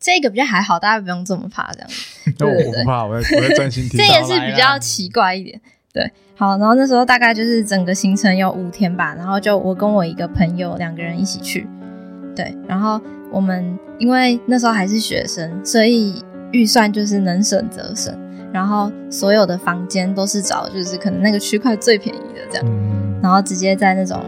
这个比较还好，大家不用这么怕这样子。对对对， 我不怕，我在专心听。 这也是比较奇怪一点。对，好，然后那时候大概就是整个行程有5天吧，然后就我跟我一个朋友2个人一起去。对，然后我们因为那时候还是学生，所以预算就是能省则省，然后所有的房间都是找就是可能那个区块最便宜的这样，然后直接在那种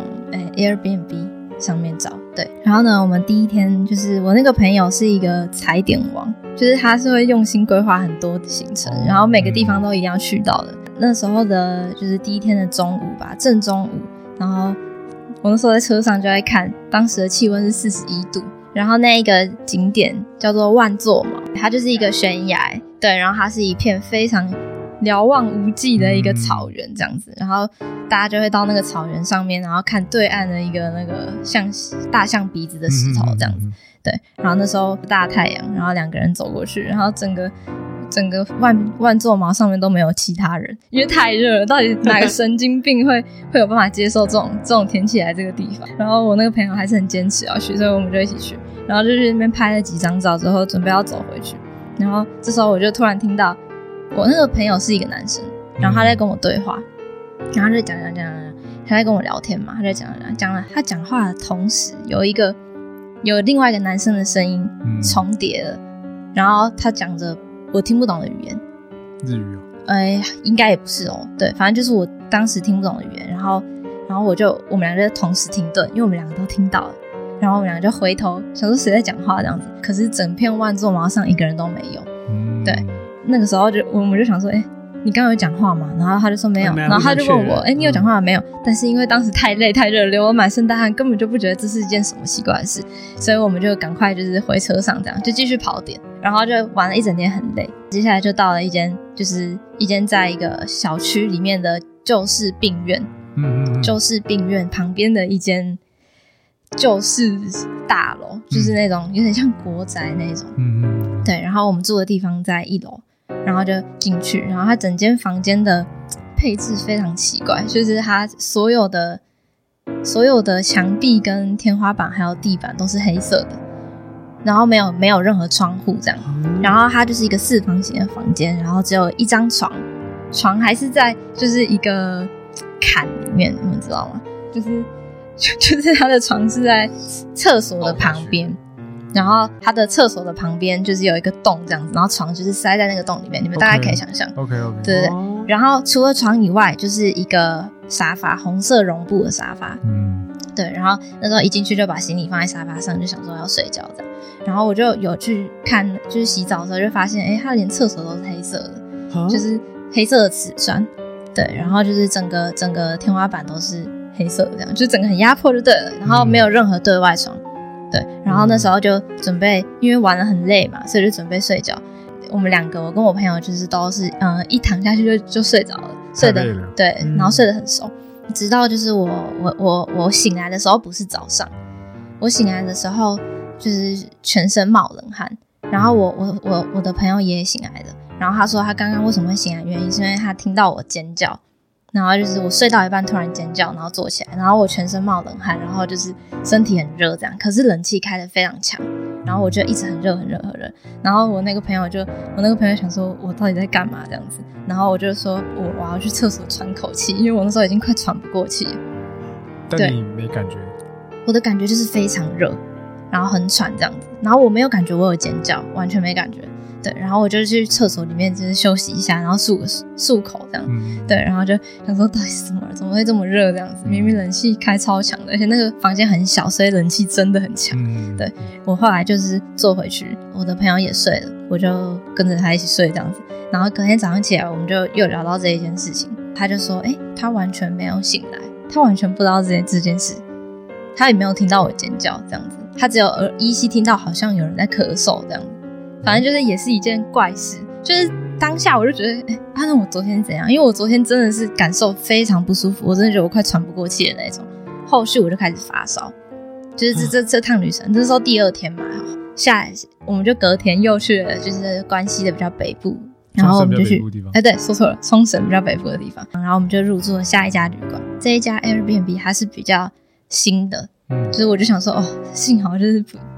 Airbnb 上面找。对，然后呢，我们第一天就是我那个朋友是一个踩点王，就是他是会用心规划很多的行程，然后每个地方都一定要去到的。那时候的就是第一天的中午吧，正中午，然后我那时候在车上就在看，当时的气温是41度，然后那一个景点叫做万座毛，它就是一个悬崖，对，然后它是一片非常瞭望无际的一个草原这样子，然后大家就会到那个草原上面，然后看对岸的一个那个像大象鼻子的石头这样子，对，然后那时候大太阳，然后2个人走过去，然后整个万座毛上面都没有其他人，因为太热了，到底哪个神经病会有办法接受这种天气来这个地方？然后我那个朋友还是很坚持要去，所以我们就一起去，然后就去那边拍了几张照之后，准备要走回去。然后这时候我就突然听到我那个朋友是一个男生，然后他在跟我对话，然后他就讲，他在跟我聊天嘛，他就讲了，他讲话的同时有另外一个男生的声音重叠了，然后他讲着我听不懂的语言， 日语哦？ 应该也不是哦，对，反正就是我当时听不懂的语言，然后我们2个就同时停顿，因为我们2个都听到了，然后我们2个就回头想说谁在讲话这样子，可是整片万座毛上一个人都没有，对，那个时候我们就想说，你刚刚有讲话吗？然后他就说没有，然后他就问我，你有讲话吗？没有。但是因为当时太累太热，流我满身大汗，根本就不觉得这是一件什么奇怪的事，所以我们就赶快就是回车上，这样就继续跑点，然后就玩了一整天很累。接下来就到了一间在一个小区里面的旧式病院，旧式病院旁边的一间旧式大楼，就是那种有点像国宅那种，对。然后我们住的地方在1楼。然后就进去，然后它整间房间的配置非常奇怪，就是它所有的墙壁跟天花板还有地板都是黑色的，然后没有任何窗户这样，然后它就是一个4方形的房间，然后只有1张床还是在就是一个坎里面，你们知道吗？就是它的床是在厕所的旁边。然后它的厕所的旁边就是有一个洞这样子，然后床就是塞在那个洞里面，你们大概可以想象。 OK， 对对对。然后除了床以外，就是一个沙发，红色绒布的沙发。对。然后那时候一进去就把行李放在沙发上，就想说要睡觉这样。然后我就有去看，就是洗澡的时候就发现，它连厕所都是黑色的，就是黑色的瓷砖。对。然后就是整个天花板都是黑色的，这样就整个很压迫就对了。然后没有任何对外窗。对，然后那时候就准备，因为玩得很累嘛，所以就准备睡觉。我们2个，我跟我朋友就是都是，一躺下去就睡着了，睡得对，然后睡得很熟。直到就是我醒来的时候不是早上，我醒来的时候就是全身冒冷汗，然后我的朋友也醒来了，然后他说他刚刚为什么会醒来，原因是因为他听到我尖叫。然后就是我睡到一半突然尖叫，然后坐起来，然后我全身冒冷汗，然后就是身体很热这样，可是冷气开得非常强，然后我就一直很热，然后我那个朋友想说我到底在干嘛这样子，然后我就说我要去厕所喘口气，因为我那时候已经快喘不过气了。 但你没感觉？ 我的感觉就是非常热，然后很喘这样子，然后我没有感觉我有尖叫，完全没感觉。对，然后我就去厕所里面就是休息一下，然后漱口这样，对，然后就想说到底是怎么会这么热这样子？明明冷气开超强的，而且那个房间很小，所以冷气真的很强。对，我后来就是坐回去，我的朋友也睡了，我就跟着他一起睡这样子。然后隔天早上起来，我们就又聊到这一件事情，他就说，他完全没有醒来，他完全不知道这件事，他也没有听到我尖叫这样子，他只有依稀听到好像有人在咳嗽这样子。反正就是也是一件怪事，就是当下我就觉得，那我昨天怎样？因为我昨天真的是感受非常不舒服，我真的觉得我快喘不过气的那种。后续我就开始发烧，就是这趟旅程，这时候第2天嘛，下来我们就隔天又去了，就是关西的比较北部，然后我们就去，对，说错了，冲绳比较北部的地方，然后我们就入住了下一家旅馆。这一家 Airbnb 它是比较新的，就是我就想说，幸好就是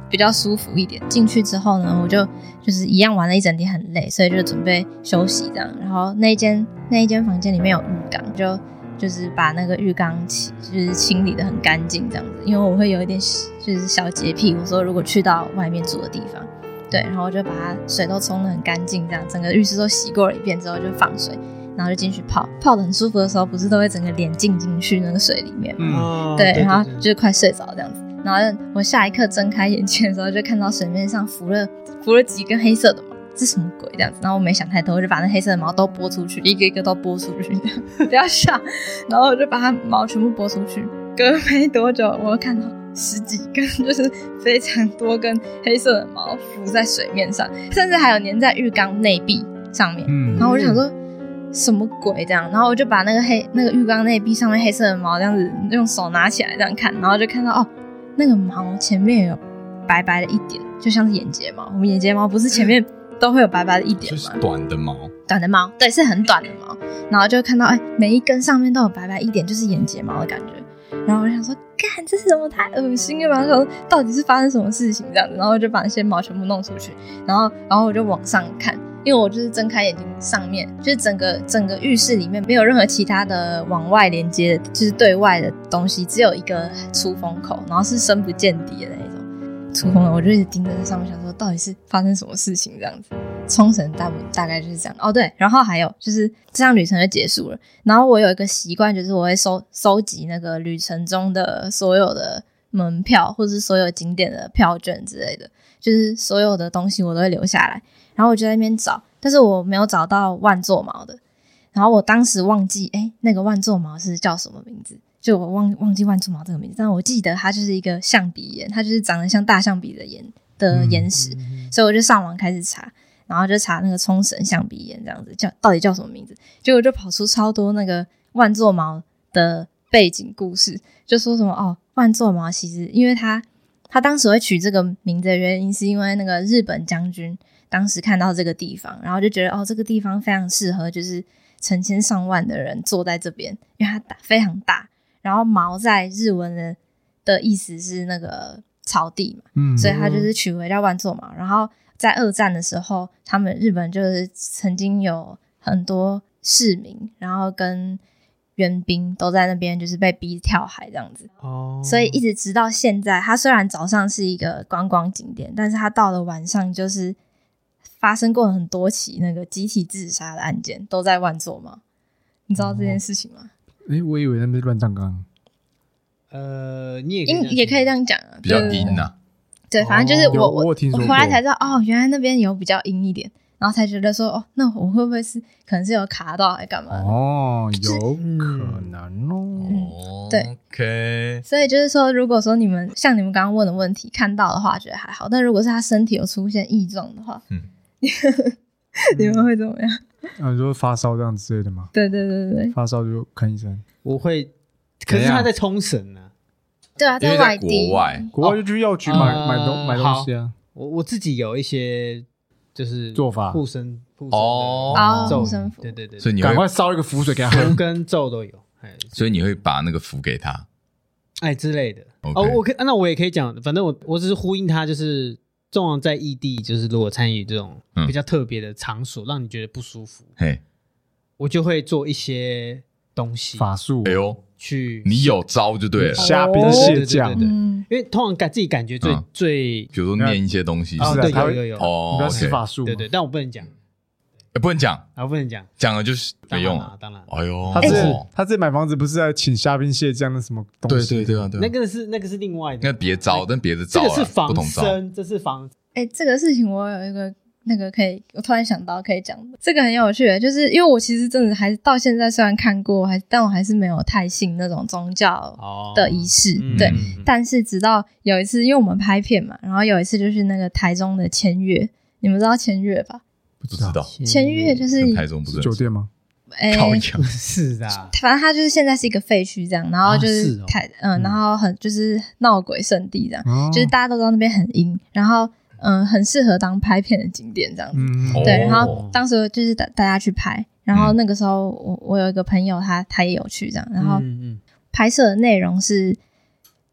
比较舒服一点。进去之后呢，我就是一样玩了一整天，很累，所以就准备休息这样。然后那一间房间里面有浴缸，就是把那个浴缸就是清理得很干净这样子。因为我会有一点就是小洁癖，我说如果去到外面住的地方，对，然后我就把它水都冲得很干净，这样整个浴室都洗过了一遍之后就放水。然后就进去泡得很舒服的时候，不是都会整个脸浸进去那个水里面吗？对，然后就快睡着这样子。然后我下一刻睁开眼睛的时候，就看到水面上浮了几根黑色的毛，这什么鬼这样子？然后我没想太多，我就把那黑色的毛都拨出去，一个一个都拨出去，不要笑。然后我就把它毛全部拨出去。隔没多久，我看到10几根，就是非常多根黑色的毛浮在水面上，甚至还有粘在浴缸内壁上面。然后我就想说，什么鬼这样？然后我就把那个浴缸内壁上面黑色的毛这样子用手拿起来这样看，然后就看到哦，那个毛前面有白白的一点，就像是眼睫毛。我们眼睫毛不是前面都会有白白的一点吗？ 就是短的毛， 对，是很短的毛。然后就看到每一根上面都有白白一点，就是眼睫毛的感觉。然后我就想说，干，这是什么？太恶心了吧！说到底是发生什么事情这样子？然后我就把那些毛全部弄出去，然后我就往上看。因为我就是睁开眼睛，上面就是整个浴室里面没有任何其他的往外连接的，就是对外的东西，只有一个出风口，然后是深不见底的那种出风口。我就一直盯着这上面，想说到底是发生什么事情这样子。冲绳大概就是这样。哦对，然后还有就是这趟旅程就结束了，然后我有一个习惯，就是我会收集那个旅程中的所有的门票或是所有景点的票券之类的，就是所有的东西我都会留下来。然后我就在那边找，但是我没有找到万座毛的。然后我当时忘记，那个万座毛是叫什么名字？就我忘记万座毛这个名字，但我记得它就是一个象鼻岩，它就是长得像大象鼻的岩石，所以我就上网开始查，然后就查那个冲绳象鼻岩这样子，到底叫什么名字？结果就跑出超多那个万座毛的背景故事，就说什么万座毛其实因为他当时会取这个名字的原因，是因为那个日本将军当时看到这个地方，然后就觉得这个地方非常适合就是成千上万的人坐在这边，因为它非常大，然后毛在日文的意思是那个草地嘛，所以它就是取为叫万座毛。然后在2战的时候，他们日本就是曾经有很多市民，然后跟援兵都在那边就是被逼跳海这样子，所以一直直到现在，它虽然早上是一个观光景点，但是它到了晚上就是发生过很多起那个集体自杀的案件，都在万座毛。你知道这件事情吗？ 我以为那边是乱葬岗。 你也可以这样讲啊， 比较阴啊。 对，反正就是我听说过， 我回来才知道原来那边有比较阴一点，然后才觉得说那我会不会是可能是有卡到还干嘛的？ 有可能对 ，OK。 所以就是说，如果说你们像你们刚刚问的问题看到的话，觉得还好，但如果是他身体有出现异状的话，你们会怎么样？ 你说发烧这样之类的吗？ 对， 发烧就看医生。 我会，可是他在冲绳啊。 对啊，在外地， 国外就去药局买东西啊。 我自己有一些就是做法， 护身护身符，对， 所以你赶快烧一个符水给他喝， 符跟咒都有。 所以你会把那个符给他， 之类的。 Okay. 那我也可以讲，反正我只是呼应他，就是纵然在异地，就是如果参与这种比较特别的场所，让你觉得不舒服，我就会做一些东西法术。 哎呦， 你有招就对了， 虾兵蟹将。 对，因为通常自己感觉最， 比如说念一些东西， 对，有， 你不要施法术， 对，但我不能讲。 不能讲不能讲， 讲了就是没用了。 当然， 哎呦， 他这买房子不是在请虾兵蟹将的什么东西？ 对啊， 那个是另外的， 那别招，但别的招， 这个是防身，这是防。 这个事情我有一个那个我突然想到可以讲的，这个很有趣的，就是因为我其实真的还到现在虽然看过，但我还是没有太信那种宗教的仪式，对。但是直到有一次，因为我们拍片嘛，然后有一次就是那个台中的千越，你们知道千越吧？ 不知道， 千越就是台中不是酒店吗？ 是的， 反正它就是现在是一个废墟这样，然后就是然后很就是闹鬼圣地这样，就是大家都知道那边很阴，然后很适合当拍片的景点这样子，对。然后当时就是大家去拍，然后那个时候我有一个朋友他也有去这样，然后拍摄的内容是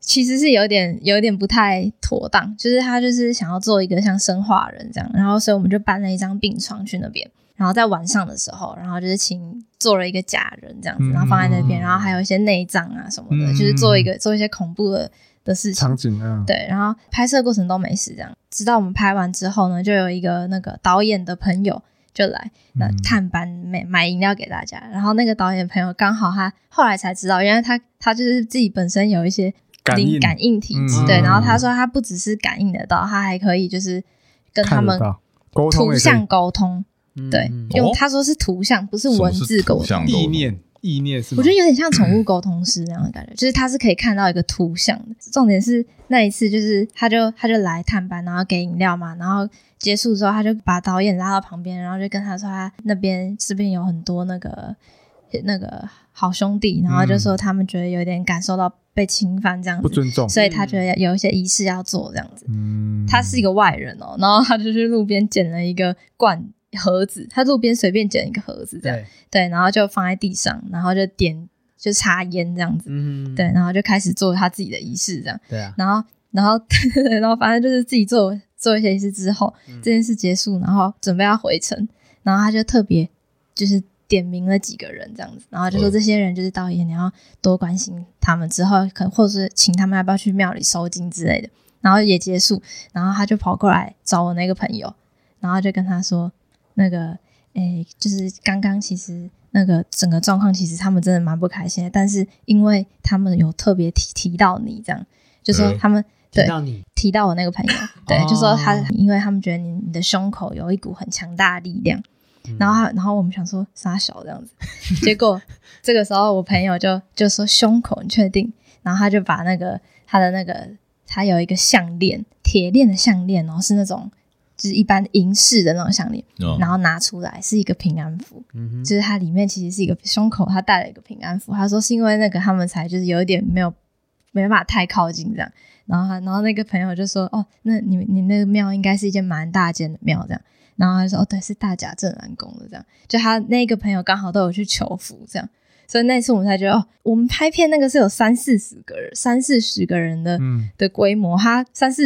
其实是有点不太妥当，就是他就是想要做一个像生化人这样，然后所以我们就搬了一张病床去那边，然后在晚上的时候，然后就是做了一个假人这样子，然后放在那边，然后还有一些内脏啊什么的，就是做一些恐怖的事情场景啊， 对，然后拍摄过程都没事这样，直到我们拍完之后呢，就有一个那个导演的朋友就来那探班买饮料给大家，然后那个导演朋友刚好他后来才知道，原来他就是自己本身有一些感应体质，对，然后他说他不只是感应得到，他还可以就是跟他们图像沟通，对，用他说是图像不是文字沟通， 意念是吗？ 我觉得有点像宠物沟通师那样的感觉，就是他是可以看到一个图像的。重点是那一次就是他就来探班，然后给饮料嘛，然后结束之后他就把导演拉到旁边，然后就跟他说他这边有很多那个好兄弟，然后就说他们觉得有点感受到被侵犯这样子， 不尊重， 所以他觉得有一些仪式要做这样子。他是一个外人哦，然后他就去路边捡了一个盒子，他路边随便捡一个盒子这样，对，然后就放在地上，然后就插烟这样子，对，然后就开始做他自己的仪式这样， 对啊， 然后反正就是自己做一些仪式之后，这件事结束，然后准备要回程，然后他就特别就是点名了几个人这样子，然后就说这些人就是导演，你要多关心他们，之后可能或者是请他们要不要去庙里收金之类的，然后也结束，然后他就跑过来找我那个朋友，然后就跟他说那个就是刚刚其实那个整个状况其实他们真的蛮不开心的，但是因为他们有特别提到你这样，就说他们提到我那个朋友，对，就说因为他们觉得你的胸口有一股很强大的力量，然后我们想说傻小这样子，结果这个时候我朋友就说胸口你确定？然后他就把他有一个项链，铁链的项链，然后是那种就是一般银饰的那种项链，然后拿出来是一个平安符，就是它里面其实是一个胸口，他戴了一个平安符。他说是因为那个他们才就是有一点没办法太靠近这样，然后那个朋友就说哦，那你那个庙应该是一间蛮大间的庙这样，然后他就说哦对，是大甲镇澜宫的这样，就他那个朋友刚好都有去求福这样。所以那次我们才觉得哦，我们拍片那个是有30-40个人的规模，它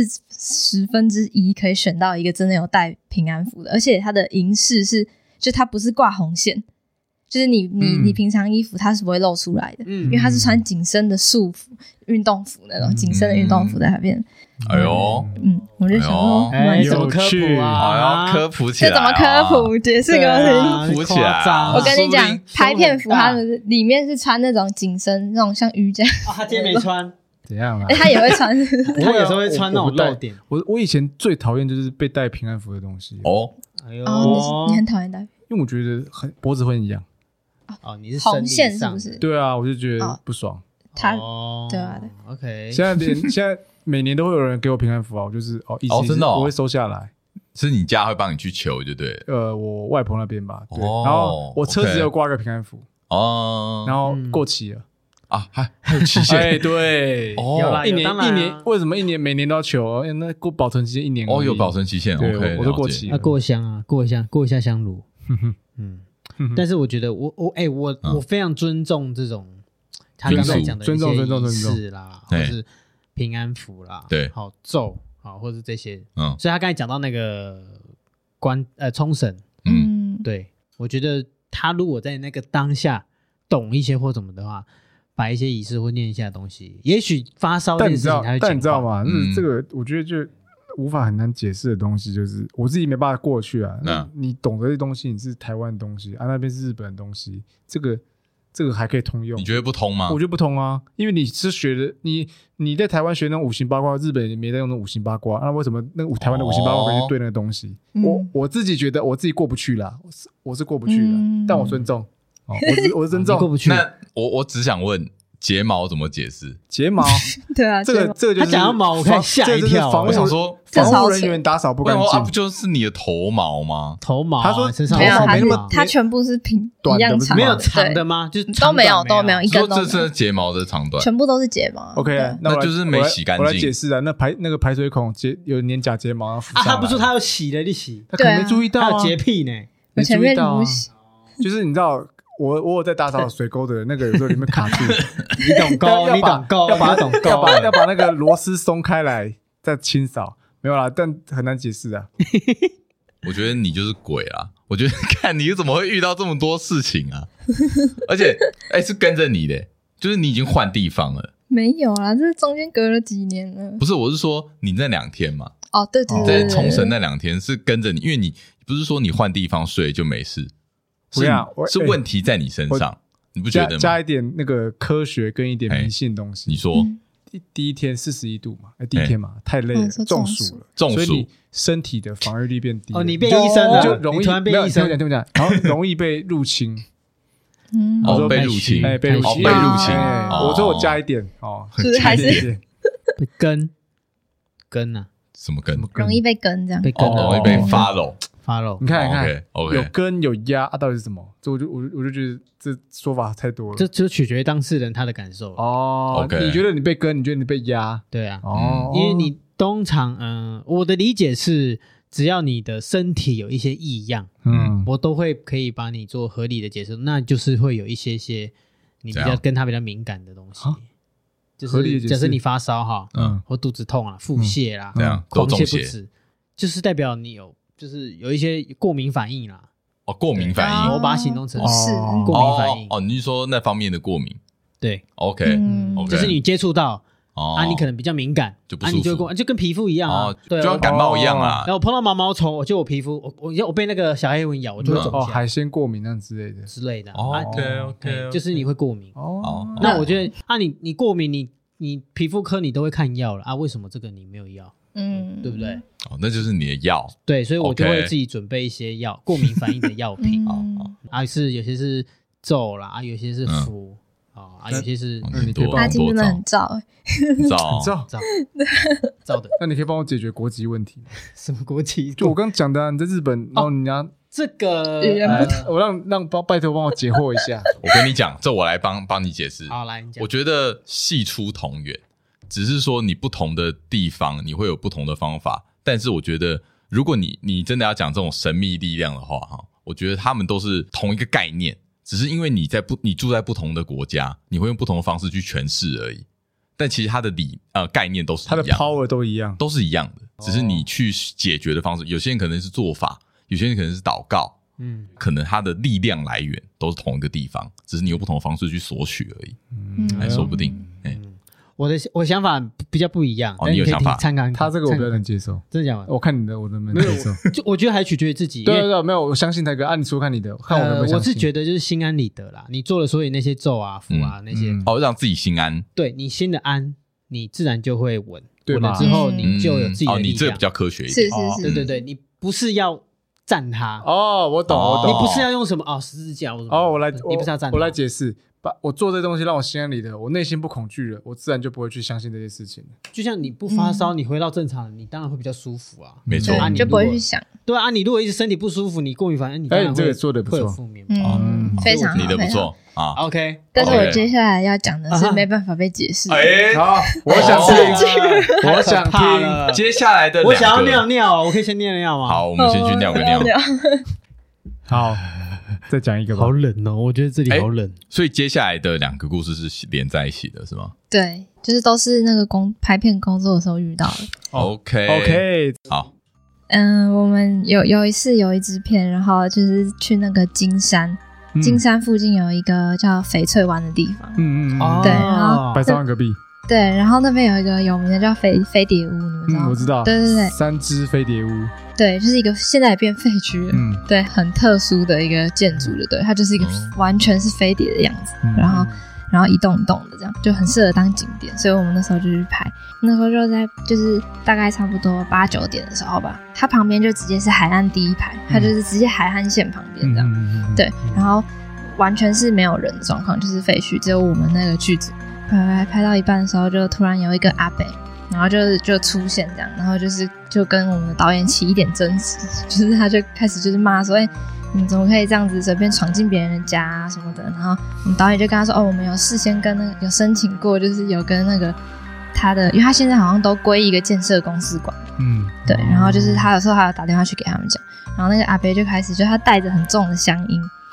1/30可以选到一个真的有带平安符的，而且它的银饰就它不是挂红线，就是你平常衣服它是不会露出来的，因为它是穿紧身的束服、运动服那种紧身的运动服在那边。 哎呦， 我就想说， 怎么科普啊？ 科普起来， 这怎么科普？解释给我听。 科普起来， 我跟你讲，拍片服它们里面是穿那种紧身，那种像瑜伽。 他今天没穿， 怎样啊？ 他也会穿， 他有时候会穿那种露点。 我以前最讨厌就是被戴平安符的东西。 哎呦， 你很讨厌戴， 因为我觉得脖子会很痒。 你是红线是不是？ 对啊，我就觉得不爽。 对啊 ，OK。 现在每年都会有人给我平安符啊，我就是真的我会收下来。 是你家会帮你去求，就对。 我外婆那边吧，对。然后我车子有挂个平安符然后过期了啊，还有期限。 哎，对，一年，为什么每年都要求？那过保存期限1年。 有保存期限。OK， 我都过期了。 过香啊，过一下香炉。但是我觉得我非常尊重这种他刚才讲的一些仪式啦，或是平安符啦， 对， 好咒好，或是这些，所以他刚才讲到那个冲绳，对，我觉得他如果在那个当下懂一些或什么的话，把一些仪式或念一下东西，也许发烧这件事情还会简化。 但你知道吗？这个我觉得就无法很难解释的东西，就是我自己没办法过去啊。你懂得这东西，你是台湾的东西啊，那边是日本的东西，这个还可以通用。 你觉得不通吗？ 我觉得不通啊，因为你是学的，你在台湾学那种五行八卦，日本也没在用那五行八卦，那为什么那个台湾的五行八卦可以对那个东西？我自己觉得我自己过不去啦，我是过不去的，但我尊重，我是尊重。 过不去。 那我只想问。睫毛怎么解释？ 睫毛， 对啊， 这个就是他讲到毛，我看吓一跳。 我想说，防护人员打扫不干净， 不就是你的头毛吗？ 头毛， 他说身上没有， 没那么， 他全部是短的， 没有长的吗？就是都没有，一根都没有。 这是睫毛的长短， 全部都是睫毛。 OK， 那就是没洗干净。 我来解释啊，那个排水孔有粘假睫毛啊，他不是他有洗的，你洗， 他可能没注意到， 他有洁癖呢， 我前面不洗， 就是你知道。 我有在打扫水沟的那个，有时候里面卡住。 你懂高，要把那个螺丝松开来再清扫，没有啦，但很难解释啊。 我觉得你就是鬼啊！我觉得看你怎么会遇到这么多事情啊！而且，是跟着你的，就是你已经换地方了。 没有啦，这中间隔了几年了。 不是，我是说你那2天嘛。 哦，对， 在冲绳那2天是跟着你，因为你不是说你换地方睡就没事，是问题在你身上，你不觉得吗？ 加一点那个科学跟一点迷信东西。 你说第一天41度嘛，第一天嘛太累了，中暑了，所以你身体的防御力变低了。 你变医生了， 就容易突然变医生， 对不对？然后容易被入侵。 被入侵， 被入侵。我说我加一点加一点， 被跟啊， 什么跟？ 容易被跟这样， 被跟容易被 follow。 你看，有跟有压到底是什么？这我就觉得这说法太多了。 这就取决于当事人他的感受哦。你觉得你被跟，你觉得你被压？ 对啊，因为你通常我的理解是，只要你的身体有一些异样，我都会可以把你做合理的解释，那就是会有一些你跟他比较敏感的东西。就是假设你发烧哈，或肚子痛啊、腹泻啦，狂泻不止，就是代表你就是有一些过敏反应啦。 过敏反应， 我把它形容成是过敏反应。 你是说那方面的过敏？ 对 ，OK， 就是你接触到你可能比较敏感， 就不舒服， 就跟皮肤一样对， 就像感冒一样啊。 然后我碰到毛毛虫，我皮肤，我被那个小黑蚊咬，我就会肿起来。 海鲜过敏那之类的。 OK， 就是你会过敏。那我觉得你过敏，你皮肤科你都会看药了为什么这个你没有药？对不对？ 那就是你的药。 对，所以我就会自己准备一些药，过敏反应的药品有些是皱啦，有些是敷有些是他今天真的很燥的。 那你可以帮我解决国籍问题吗？ 什么国籍？ 就我刚讲的，你在日本，然后你要这个我让拜托帮我解惑一下。 我跟你讲，这我来帮你解释。 好，来你讲。 我觉得系出同源。只是说你不同的地方你会有不同的方法，但是我觉得如果你真的要讲这种神秘力量的话我觉得他们都是同一个概念，只是因为你住在不同的国家，你会用不同的方式去诠释而已，但其实它的概念都是一样的， 它的 power 都一样， 都是一样的，只是你去解决的方式，有些人可能是做法，有些人可能是祷告，可能它的力量来源都是同一个地方，只是你用不同的方式去索取而已，说不定。 我想法比较不一样， 你有想法？ 参考他这个我比较能接受， 真的假的？ 我看你的，我能不能接受？ 就我觉得还取决于自己。 对，没有，我相信他哥。你说看你的，看我能不能相信。 我是觉得就是心安理得啦，你做了所有那些咒啊、符啊那些， 让自己心安。 对你心的安，你自然就会稳。稳了之后，你就有自己的力量。 你这个比较科学一点。 是， 对，你不是要赞他我懂。 你不是要用什么十字架或什么？你不是要赞他。 我来解释。我做这东西让我心安理得，我内心不恐惧了，我自然就不会去相信这些事情了。 就像你不发烧，你回到正常，你当然会比较舒服啊。 没错， 你就不会去想。 对啊，你如果一直身体不舒服，你过敏反应，你当然这个做的不错， 负面。 非常好， 你的不错 OK， 但是我接下来要讲的是没办法被解释。 好，我想听，我想听接下来的。 我想要尿尿，我可以先尿尿吗？ 好，我们先去尿个尿。 好。再讲一个吧。 好冷哦，我觉得这里好冷。 所以接下来的2个故事是连在一起的，是吗？ 对，就是都是那个拍片工作的时候遇到的。 OK， 好。 我们有一次有一支片，然后就是去那个金山附近有一个叫翡翠湾的地方。对，然后白沙湾隔壁。 对，然后那边有一个有名的叫飞碟屋，你们知道吗？ 我知道。 对 3只飞碟屋。对， 就是一个现在也变废墟了。对，很特殊的一个建筑的，对，它就是一个完全是飞碟的样子，然后一栋一栋的这样，就很适合当景点，所以我们那时候就去拍。那时候就是大概差不多8、9点的时候吧，它旁边就直接是海岸第一排，它就是直接海岸线旁边这样。对，然后完全是没有人的状况，就是废墟，只有我们那个剧组。拍到一半的时候，就突然有一个阿伯，然后就出现这样，然后就跟我们的导演起一点争执，就是他就开始就是骂说，你们怎么可以这样子随便闯进别人的家啊什么的，然后我们导演就跟他说，我们有事先跟有申请过，就是有跟那个他的，因为他现在好像都归一个建设公司管，对，然后就是他有时候还有打电话去给他们讲，然后那个阿伯就开始就他带着很重的乡音，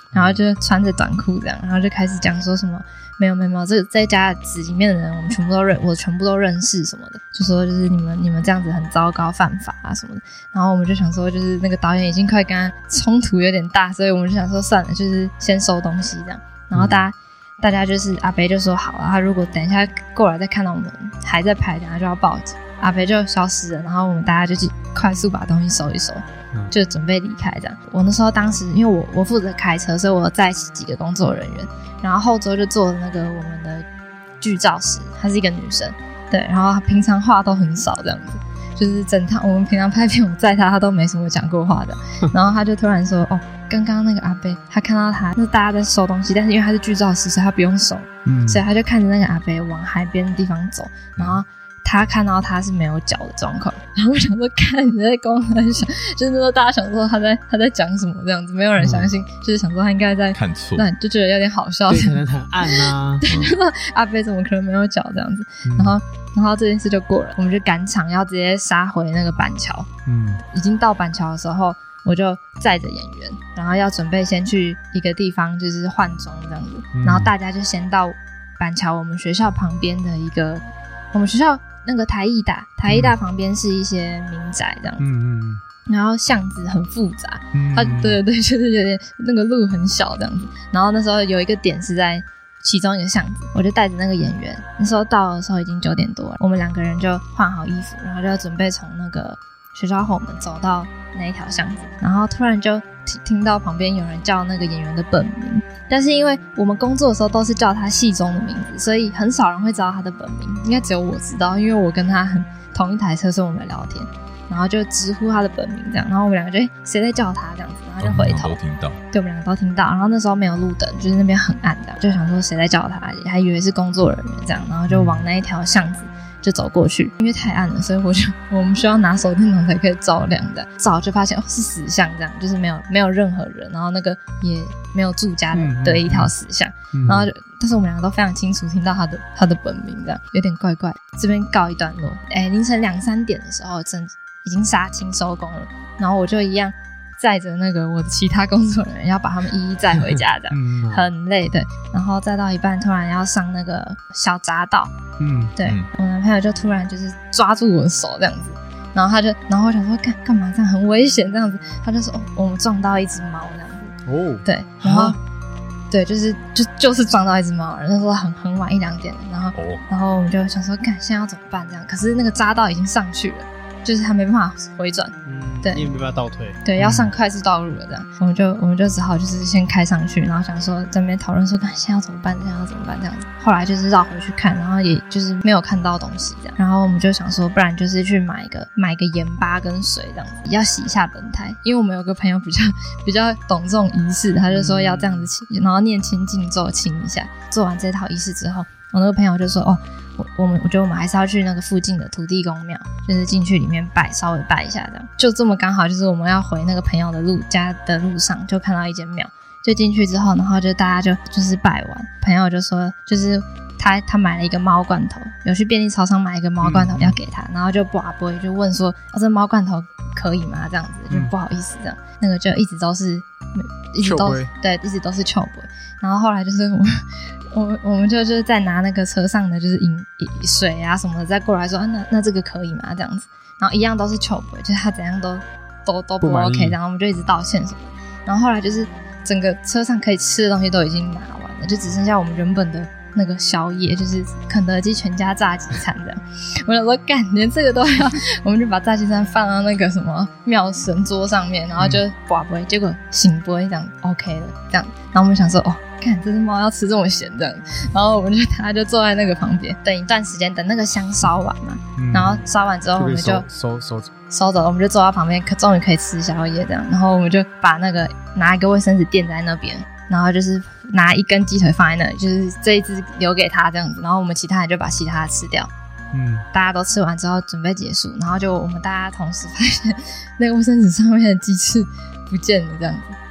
然后就穿着短裤这样，然后就开始讲说什么没有，这个在家子里面的人我们全部都认识什么的，就说就是你们这样子很糟糕犯法啊什么的。然后我们就想说就是那个导演已经快跟他冲突有点大，所以我们就想说算了，就是先收东西这样。然后大家就是阿伯就说好了，他如果等一下过来再看到我们还在拍，等下就要报警。阿伯就消失了，然后我们大家就去快速把东西收一收，就准备离开这样。我那时候当时因为我负责开车，所以我载几个工作人员，然后后座就坐那个我们的剧照师，她是一个女生，对，然后她平常话都很少这样子，就是整趟我们平常拍片我载她都没什么讲过话的，然后她就突然说哦，刚刚那个阿伯他看到他，那大家在收东西，但是因为他是剧照师，所以他不用收，所以他就看着那个阿伯往海边的地方走，然后他看到他是没有脚的状况，然后我想说看你在跟我在想，就是说大家想说他在讲什么这样子，没有人相信，就是想说他应该在看错， 那就觉得有点好笑， 对，可能很暗啊， 对，就说阿伯怎么可能没有脚这样子，然后这件事就过了，我们就赶场要直接杀回那个板桥，已经到板桥的时候，我就载着演员，然后要准备先去一个地方就是换装这样子，然后大家就先到板桥我们学校旁边的一个，我们学校那个台艺大旁边是一些民宅这样子，然后巷子很复杂，对，就是有点那个路很小这样子，然后那时候有一个点是在其中一个巷子，我就带着那个演员，那时候到的时候已经9点多了，我们2个人就换好衣服，然后就准备从那个学校后门走到那一条巷子，然后突然就听到旁边有人叫那个演员的本名，但是因为我们工作的时候都是叫他戏中的名字，所以很少人会知道他的本名，应该只有我知道，因为我跟他同一台车，所以我们聊天，然后就直呼他的本名这样，然后我们2个就谁在叫他这样子，然后就回头， 都听到， 对，我们2个都听到，然后那时候没有路灯，就是那边很暗这样，就想说谁在叫他，还以为是工作人员这样，然后就往那一条巷子就走过去，因为太暗了，所以我们需要拿手电筒才可以照亮的。照就发现是死巷，这样就是没有任何人，然后那个也没有住家的一条死巷，然后但是我们2个都非常清楚听到他的本名，这样有点怪怪。这边告一段落，凌晨2、3点的时候，已经杀青收工了，然后我就一样载着那个我的其他工作人员要把他们一一载回家，这样很累，对。然后载到一半，突然要上那个小匝道，对，我男朋友就突然就是抓住我的手这样子，然后我想说干嘛这样很危险这样子，他就说我们撞到一只猫这样子，对，然后对，就是撞到一只猫，那时候很晚1、2点了，然后我们就想说现在要怎么办这样，可是那个匝道已经上去了。就是他没办法回转，对， 你也没办法倒退， 对，要上快速道路了这样，我们就只好就是先开上去，然后想说在那边讨论说现在要怎么办这样子，后来就是绕回去看，然后也就是没有看到东西这样，然后我们就想说不然就是去买个盐巴跟水这样子，要洗一下轮胎，因为我们有个朋友比较懂这种仪式，他就说要这样子清，然后念清净咒清一下，做完这套仪式之后，我那个朋友就说我觉得我们还是要去那个附近的土地公庙，就是进去里面稍微拜一下这样，就这么刚好就是我们要回那个朋友的家的路上就看到一间庙，就进去之后，然后就大家就是拜完，朋友就说就是他买了一个猫罐头，有去便利超商买一个猫罐头要给他，然后就拔杯就问说这猫罐头可以吗这样子，就不好意思这样，那个就一直都是对，一直都是糗杯，然后后来就是我们就是在拿那个车上的就是水啊什么的再过来说那这个可以吗这样子，然后一样都是糗杯，就是他怎样都不 OK， 然后我们就一直道歉什么的，然后后来就是整个车上可以吃的东西都已经拿完了，就只剩下我们原本的那个宵夜，就是肯德基全家炸鸡餐这样。我想说连这个都要，我们就把炸鸡餐放到那个什么庙神桌上面，然后就拔杯，结果醒杯这样 OK 了这样，然后我们想说这只猫要吃这么咸这样，然后我们大家就坐在那个旁边等一段时间，等那个香烧完嘛，然后烧完之后我们就收走，我们就坐到旁边，终于可以吃宵夜这样，然后我们就把那个拿一个卫生纸垫在那边，然后就是拿一根鸡腿放在那里，就是这一只留给他这样子，然后我们其他人就把其他的吃掉，大家都吃完之后准备结束，然后就我们大家同时发现那个卫生纸上面的鸡翅不见了这样子，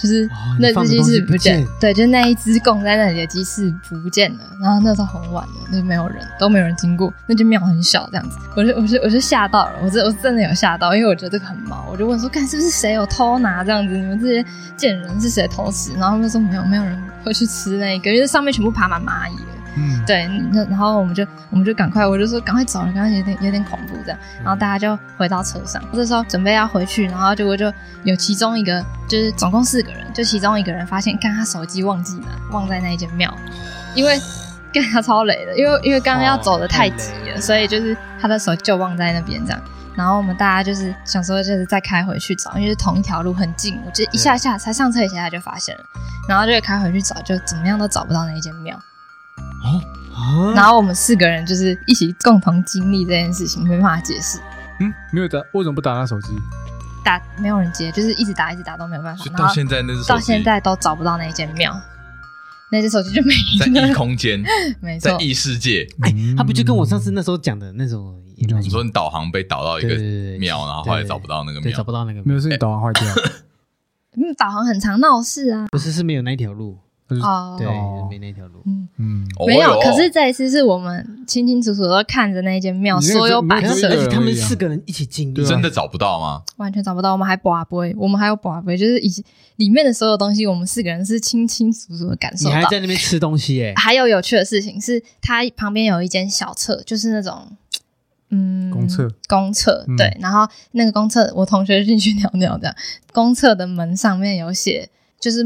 就是那只鸡翅不见，对，就那一只供在那里的鸡翅不见了。然后那时候很晚了，就没有人经过，那间庙很小这样子，我就吓到了，我真的有吓到，因为我觉得这个很毛，我就问说，看是不是谁有偷拿这样子，你们这些贱人是谁偷吃？然后他们说没有人会去吃那个，因为上面全部爬满蚂蚁了。对，然后我们就赶快，我就说赶快走了，刚刚有点恐怖这样，然后大家就回到车上，这时候准备要回去，然后结果就有其中一个，就是总共4个人，就其中一个人发现，看他手机忘记拿，忘在那一间庙，因为干他超累的，因为刚刚要走的太急了，所以就是他的手就忘在那边这样。然后我们大家就是想说，就是再开回去找，因为是同一条路很近，我就一下才上车一下就发现了，然后就开回去找，就怎么样都找不到那一间庙。然后我们4个人就是一起共同经历这件事情，没办法解释。 没有打，为什么不打他手机？ 打没有人接，就是一直打都没有办法。 到现在那只手机到现在都找不到那一间庙，那只手机就没了， 在异空间， 没错， 在异世界。 他不就跟我上次那时候讲的那种？ 你说你导航被导到一个庙，然后后来找不到那个庙， 找不到那个庙， 没有，是你导航坏掉。 导航很常闹事啊， 不是没有那条路。对，没那条路。 没有。可是这一次是我们清清楚楚都看着那间庙所有摆设， 而且他们4个人一起经历， 真的找不到吗？ 完全找不到。我们还拔杯，我们还有拔杯，就是里面的所有东西，我们4个人是清清楚楚的感受到。 你还在那边吃东西耶？ 还有趣的事情是，它旁边有一间小册，就是那种公厕，对。然后那个公厕，我同学进去尿尿这样。公厕的门上面有写，就是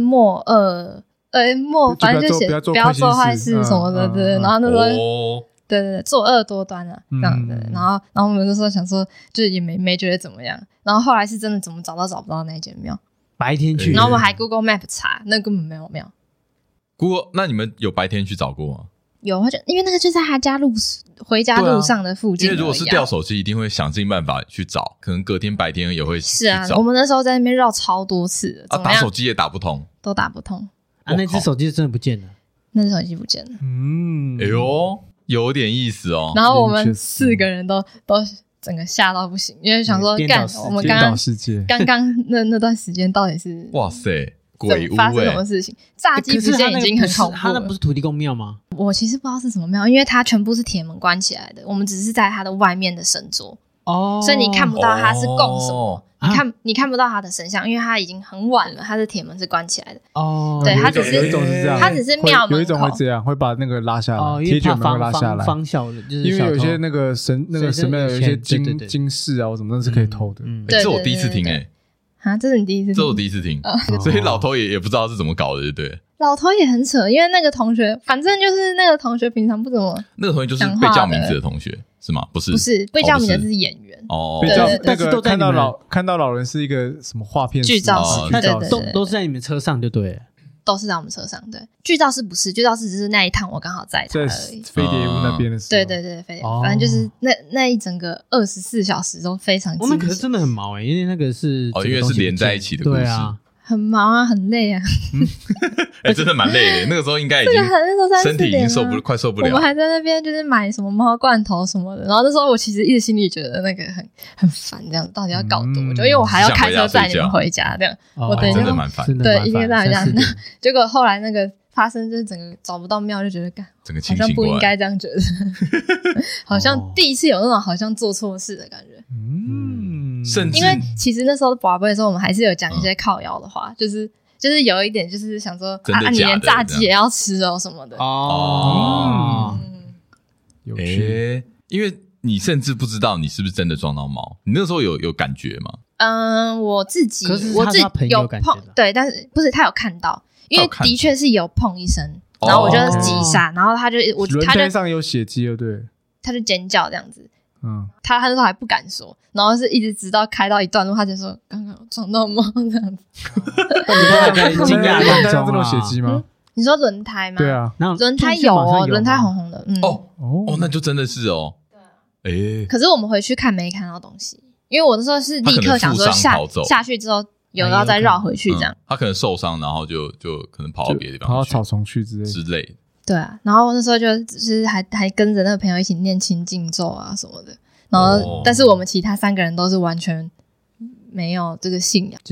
反正就写不要做坏事什么的，对。然后那时候，对，作恶多端啊，这样的。然后我们那时候想说，就是也没觉得怎么样。然后后来是真的怎么找不到那间庙， 白天去， 然后我们还 Google Map 查，那根本没有庙。 Google， 那你们有白天去找过吗？ 有，因为那个就在他家回家路上的附近。 因为如果是掉手机，一定会想尽办法去找，可能隔天白天也会去找。 是啊，我们那时候在那边绕超多次的， 打手机也打不通， 都打不通。 那只手机真的不见了， 那只手机不见了。 哎呦，有点意思哦。 然后我们4个人都整个吓到不行，因为想说干，我们刚刚那段时间到底是哇塞鬼屋发生什么事情？炸鸡不见已经很恐怖了。 他那不是土地公庙吗？ 我其实不知道是什么庙，因为它全部是铁门关起来的，我们只是在它的外面的神桌。所以你看不到它是供什么，你看不到它的神像，因为它已经很晚了，它的铁门是关起来的。对，它只是有一种是这样， 它只是庙门口， 有一种会这样，会把那个拉下来，铁卷门会拉下来， 方小的，就是因为有些那个神庙有一些金饰啊，什么那是可以偷的。 这我第一次听这是你第一次听？ 这我第一次听，所以老头也不知道是怎么搞的，对不对？ 老头也很扯，因为那个同学，反正就是那个同学平常不怎么， 那个同学就是被叫名字的同学是吗？不是被叫名字是演员被叫那个看到老人是一个什么画片剧照师， 都是在你们车上就对了。 都是在我们车上，对。剧照师不是，剧照师只是那一趟我刚好在他而已。 飞碟屋那边的时候， 对，飞碟屋，反正就是那一整个24小时都非常精彩。 那可是真的很毛因为那个是因为是连在一起的故事， 很忙啊，很累啊。 真的蛮累的。那个时候应该已经身体已经快受不了。 我们还在那边就是买什么猫罐头什么的，然后那时候我其实一直心里觉得那个很烦，这样到底要搞多久？因为我还要开车载你们回家，这样我等一下真的蛮烦， 对，一天到晚这样。结果后来那个发生，就是整个找不到庙，就觉得整个好像不应该这样觉得，好像第一次有那种好像做错事的感觉。 甚至因为其实那时候拔杯的时候，我们还是有讲一些靠腰的话，就是有一点就是想说你连炸鸡也要吃哦什么的有趣。 因为你甚至不知道你是不是真的撞到猫，你那时候有感觉吗？ 我自己有碰，对，但是不是他有看到，因为的确是有碰一声，然后我就急刹，然后他就轮胎上有血迹了，对， 他就尖叫这样子。他那时候还不敢说，然后是一直直到开到一段路，他就说刚刚有撞到猫这样子。 你惊讶轮胎上这种血迹吗？ 你说轮胎吗？ 对啊， 轮胎有哦，轮胎红红的。 那就真的是哦。 可是我们回去看没看到东西，因为我那时候是立刻想说下去之后有要再绕回去这样。 他可能受伤，然后就可能跑到别的地方去， 跑到草丛去之类的。 对啊，然后那时候就是还跟着那个朋友一起念清净咒啊什么的，然后但是我们其他3个人都是完全没有这个信仰， 就是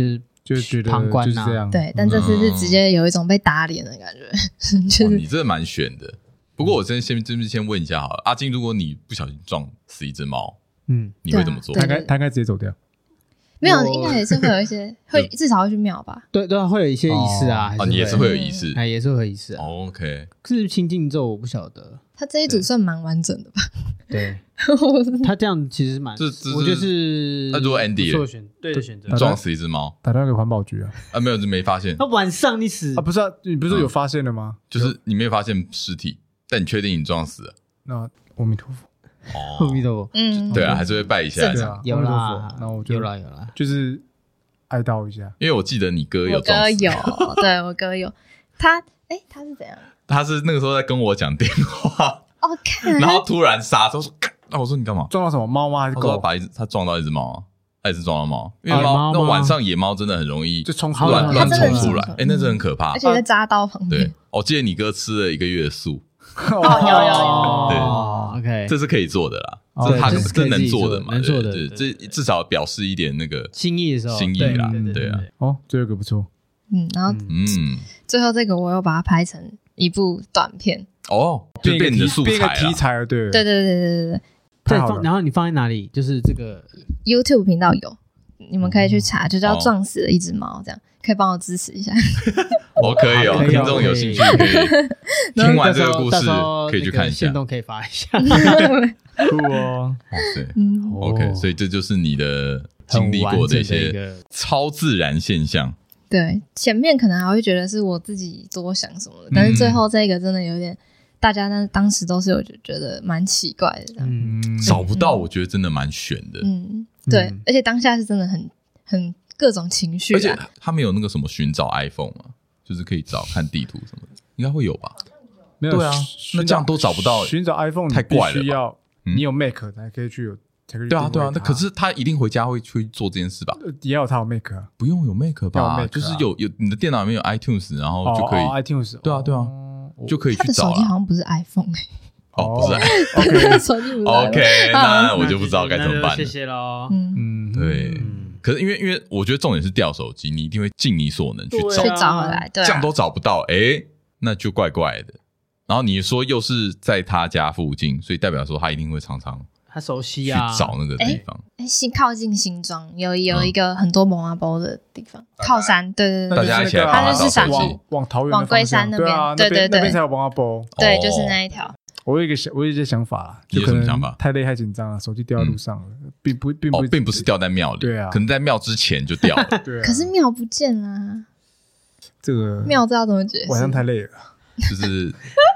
就觉得旁观就是这样。 对，但这次是直接有一种被打脸的感觉。就是你这蛮悬的。不过我先问一下好了，阿金，如果你不小心撞死一只猫，你会怎么做？ 他应该直接走掉。 没有，应该也是会有一些至少会去庙吧。 对对，会有一些仪式啊。 你也是会有仪式， 也是会有仪式啊。 OK， 可是清净咒我不晓得。 他这一组算蛮完整的吧？ 对，他这样其实蛮，我觉得是如果 Andy 对的选择， 撞死一只猫， 打电话给环保局啊。 没有，没发现。 那晚上你死不是啊？你不是有发现了吗？ 就是你没有发现尸体，但你确定你撞死了？ 那阿弥陀佛。 阿弥陀佛。 对啊，还是会拜一下。 有啦， 然后我就有啦， 就是哀悼一下。 因为我记得你哥有撞死。 对我哥有。他是怎样？ 他是那个时候在跟我讲电话，然后突然刹车说：“那我说你干嘛？ 撞到什么猫吗？还是狗？” 他撞到一只猫，他也是撞到猫，因为那晚上野猫真的很容易就冲乱冲出来，那真的很可怕， 而且在匝道旁边。 对，我记得你哥吃了1个月的素， 有， 对 ，OK， 这是可以做的啦，这他是能做的嘛， 能做的， 这至少表示一点那个心意的时候， 心意啦，对啊。 最后一个不错。 然后最后这个我又把它拍成一部短片， 就变你的素材了， 变一个题材了，对对。 然后你放在哪里？就是这个 YouTube 频道有，你们可以去查，就叫撞死了一只猫，这样可以帮我支持一下。 可以哦，听众有兴趣可以听完这个故事可以去看一下， 限动可以发一下， 酷哦。 对，OK， 所以这就是你的经历过的一些超自然现象。 对，前面可能还会觉得是我自己多想什么的，但是最后这个真的有点，大家当时都是有觉得蛮奇怪的这样。 找不到，我觉得真的蛮悬的。 对，而且当下是真的很各种情绪， 而且他们有那个什么寻找 iPhone 嘛，就是可以找看地图什么的，应该会有吧？ 没有， 对啊，那这样都找不到， 寻找 iPhone 太怪了， 必须要你有 Mac 才可以去有。 对啊，那可是他一定回家会去做这件事吧？ 也要他有 Mac 啊， 不用有 Mac 吧？就是有你的电脑里面有 iTunes， 然后就可以 iTunes， 对啊，就可以去找。他的手机好像不是 iPhone 不是 ，OK， 手机不是 OK， 那我就不知道该怎么办了。 谢谢咯。 对。可是因为我觉得重点是掉手机，你一定会尽你所能去找回来，对， 这样都找不到，那就怪怪的。然后你说又是在他家附近，所以代表说他一定会常常。 他熟悉啊， 去找那个地方。 靠近新庄有一个很多蒙阿波的地方，靠山，对， 大家一起来它就是山往桃园往龟山那边，对， 那边才有蒙阿波， 对，就是那一条。 我有一些想法， 有什么想法？ 太累太紧张了，手机掉在路上了，并不是掉在庙里， 对啊， 可能在庙之前就掉了， 对啊。 可是庙不见了， 这个庙知道怎么解释？ 晚上太累了。 就是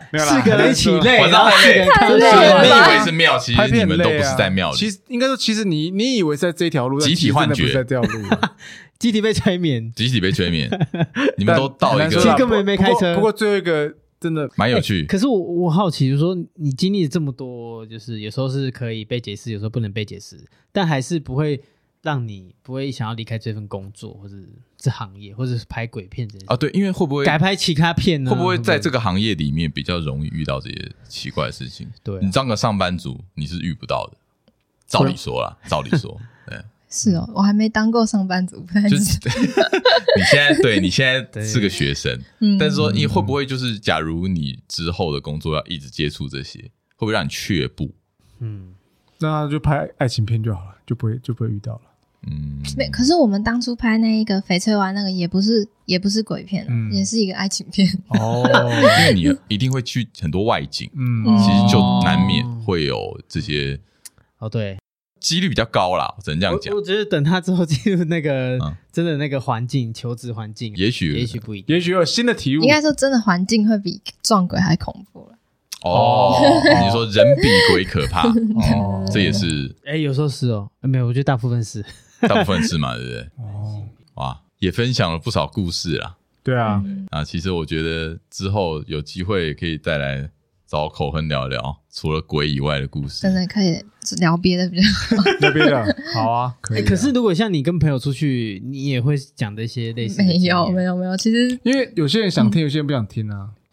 4个人一起累， 晚上太累，你以为是庙，其实你们都不是在庙里。 其实应该说，其实你以为在这一条路， 集体幻觉， 在这条路， 集体被催眠， 你们都到一个， 其实根本没开车。 不过最后一个真的蛮有趣。 可是我好奇，就是说你经历了这么多，就是有时候是可以被解释，有时候不能被解释，但还是不会让你不会想要离开这份工作，或者这行业，或者是拍鬼片这些对，因为会不会改拍其他片呢？ 会不会在这个行业里面比较容易遇到这些奇怪的事情？ 对， 你当个上班族，你是遇不到的。照理说，对， 是哦，我还没当过上班族，不太知道。 你现在是个学生，但是说你会不会就是，假如你之后的工作要一直接触这些，会不会让你却步？ 那就拍爱情片就好了，就不会遇到了。 可是我们当初拍那一个翡翠湾那个也不是鬼片，也是一个爱情片。 因为你一定会去很多外景，其实就难免会有这些。 对， 几率比较高啦，我只能这样讲。 我觉得等他之后进入那个真的那个环境，求职环境， 也许不一定， 也许有新的体悟。 应该说，真的环境会比撞鬼还恐怖了。 你说人比鬼可怕，这也是。 有时候是没有，我觉得大部分是嘛，对不对？哇，也分享了不少故事啦。 对啊， 其实我觉得之后有机会可以再来找口亨聊聊，除了鬼以外的故事， 真的可以聊别的比较好。 聊别的好啊，可以。 可是如果像你跟朋友出去，你也会讲这些类似的？ 没有，其实因为有些人想听，有些人不想听啊。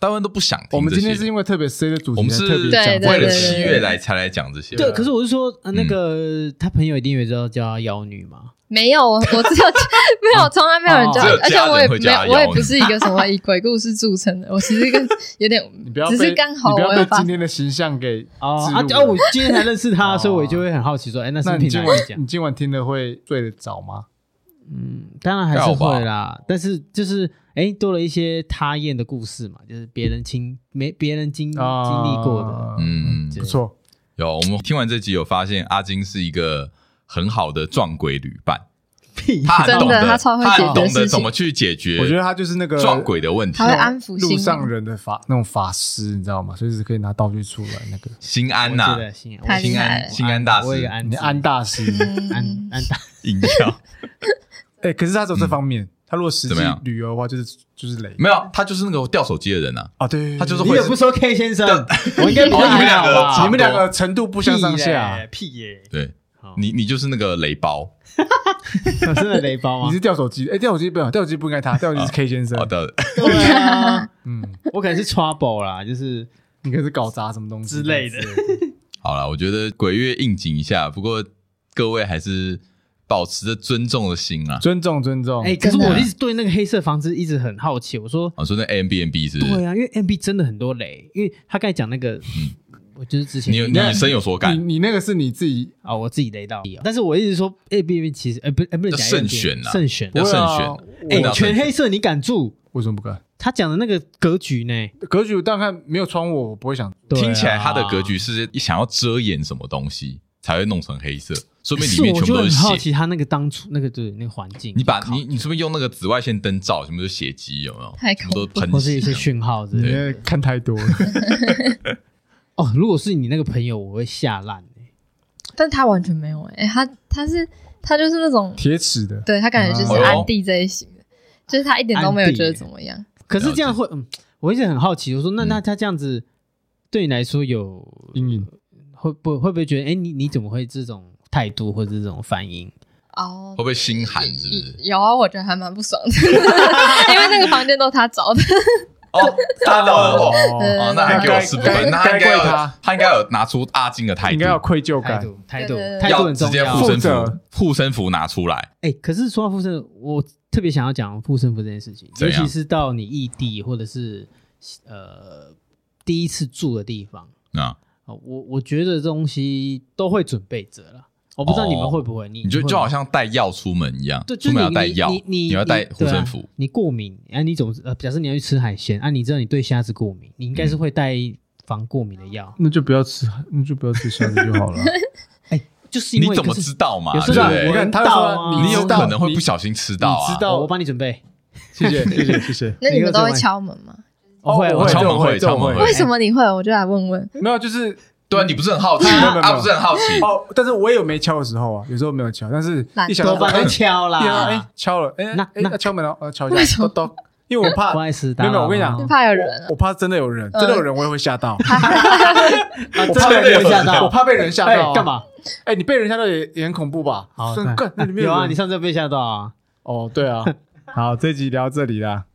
大部分都不想听。 我们今天是因为特别 C 的主题， 我们是为了7月才来讲这些。 对，可是我是说，那个他朋友一定会知道叫他妖女吗？ 没有，我只有没有，从来没有人叫，而且我也不是一个什么以鬼故事著称的，我其实跟有点，只是刚好我要被今天的形象给我今天才认识他，所以我就会很好奇说，那是听哪里讲？ 你今晚听了会睡得着吗？ 当然还是会啦，但是就是多了一些他验的故事嘛，就是别人经历过的， 不错。 有，我们听完这集有发现阿金是一个很好的撞鬼旅伴，他很懂得， 他超会解决事情， 他懂得怎么去解决。 我觉得他就是那个撞鬼的问题， 他会安抚路上人的那种法师，你知道吗？随时可以拿道具出来。那个心安呐，心安大师， 你安大师， 安大音调。 可是他走这方面，他如果实际旅游的话，就是雷。 没有，他就是那个掉手机的人啊。 对， 他就是会。 你也不说 K 先生，我应该不你们两个程度不相上下。 屁耶！ 对，你就是那个雷包。 我真的雷包吗？ 你是掉手机？掉手机不应该他，掉手机是 K 先生。 对啊，我可能是 trouble 啦，就是你可能是搞砸什么东西之类的。 好啦，我觉得鬼月应景一下，不过各位还是保持着尊重的心啊， 尊重。 可是我一直对那个黑色房子一直很好奇。我说那 Airbnb 是不是？ 对啊，因为 Airbnb 真的很多雷，因为他刚才讲那个，我就是之前你深有所感。 你那个是你自己我自己雷到。但是我一直说 Airbnb 其实不能讲慎选啊， 慎选要慎选。 全黑色你敢住？ 为什么不敢？ 他讲的那个格局呢？ 格局大概没有窗户，我不会想。 听起来他的格局是想要遮掩什么东西才会弄成黑色。说明里面全部都是血。 我就很好奇他那个当初那个环境。 你是不是用那个紫外线灯照，什么就血迹有没有？ 太恐怖， 喷或是一些讯号之类的。 你看太多了。 如果是你那个朋友，我会吓烂。 但他完全没有他就是那种铁齿的， 对他感觉就是安迪这一型的，就是他一点都没有觉得怎么样。 可是这样会，我一直很好奇，我说那他这样子对你来说有阴影， 会不会觉得你怎么会这种态度或者这种反应？ 会不会心寒？是不是？ 有啊，我觉得还蛮不爽的，因为那个房间都他找的。 他找的那还给我4部分，那他应该有拿出阿金的态度， 应该有愧疚感， 态度要直接护身符拿出来。 可是说到护身，我特别想要讲护身符这件事情，尤其是到你异地或者是第一次住的地方我觉得这东西都会准备着了。我不知道你们会不会，你就好像带药出门一样，出门要带药，你要带护身符。 你过敏你假设你要去吃海鲜你知道你对虾子过敏，你应该是会带防过敏的药。 那就不要吃虾子就好了。 就是因为你怎么知道嘛？ 有时候我闻到你有可能会不小心吃到啊。 你知道， 我帮你准备。 谢谢。 那你们都会敲门吗？ 我敲门会。 为什么你会？我就来问问。 没有，就是对啊，你不是很好奇？不是很好奇但是我也有没敲的时候啊，有时候没有敲，但是一想到敲啦， 敲了，那敲门了，敲一下，咚，因为我怕， 不好意思， 没有，我跟你讲， 怕有人， 我怕真的有人，我也会吓到， 我怕被人吓到， 我怕被人吓到， 干嘛？ 你被人吓到也很恐怖吧？ 有啊，你上次被吓到啊？ 对啊，好，这集聊这里啦。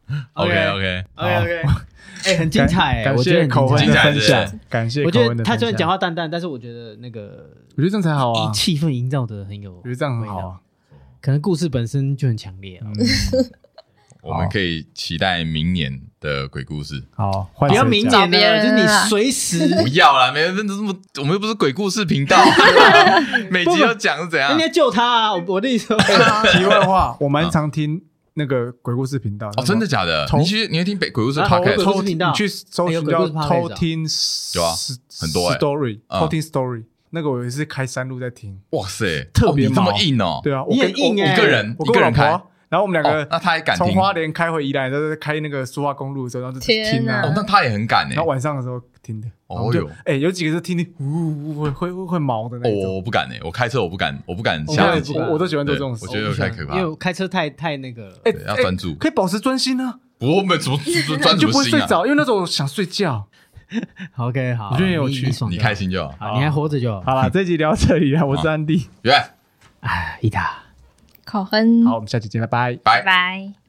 OK， 很精彩， 感谢口恩的分享，感谢口恩的分享。 我觉得他虽然讲话淡淡，但是我觉得我觉得这样才好啊， 气氛营造的很有， 我觉得这样很好啊。 可能故事本身就很强烈了。 我们可以期待明年的鬼故事。 好， 不要明年的，就是你随时不要啦，没人这么，我们又不是鬼故事频道，每集都讲是怎样？ 应该救他啊！我的意思。 题外话，我蛮常听那个鬼故事频道。 真的假的？你会听鬼故事 podcast？ 你去搜寻叫偷听， 有啊，很多 story， 偷听 story。那个我也是开山路在听。 哇塞， 特别这么硬哦！ 对啊， 你很硬一个人开。 然后我们两个， 那他也敢听？ 从花莲开回宜兰，都是开那个苏花公路的时候，然后就听啊。 那他也很敢然后晚上的时候听的。有几个是听会毛的那种。 我不敢我开车我不敢下。我都喜欢做这种事， 我觉得太可怕。 因为开车太那个了。 要专注， 可以保持专心啊。 我们怎么专注就不会睡着？因为那时候想睡觉。 OK， 好， 我觉得很有趣， 你开心就好，你还活着就好。 好了，这集聊这里了，我是安迪， 约， 伊达。 口哼， 好，我们下期见，拜拜， 拜拜。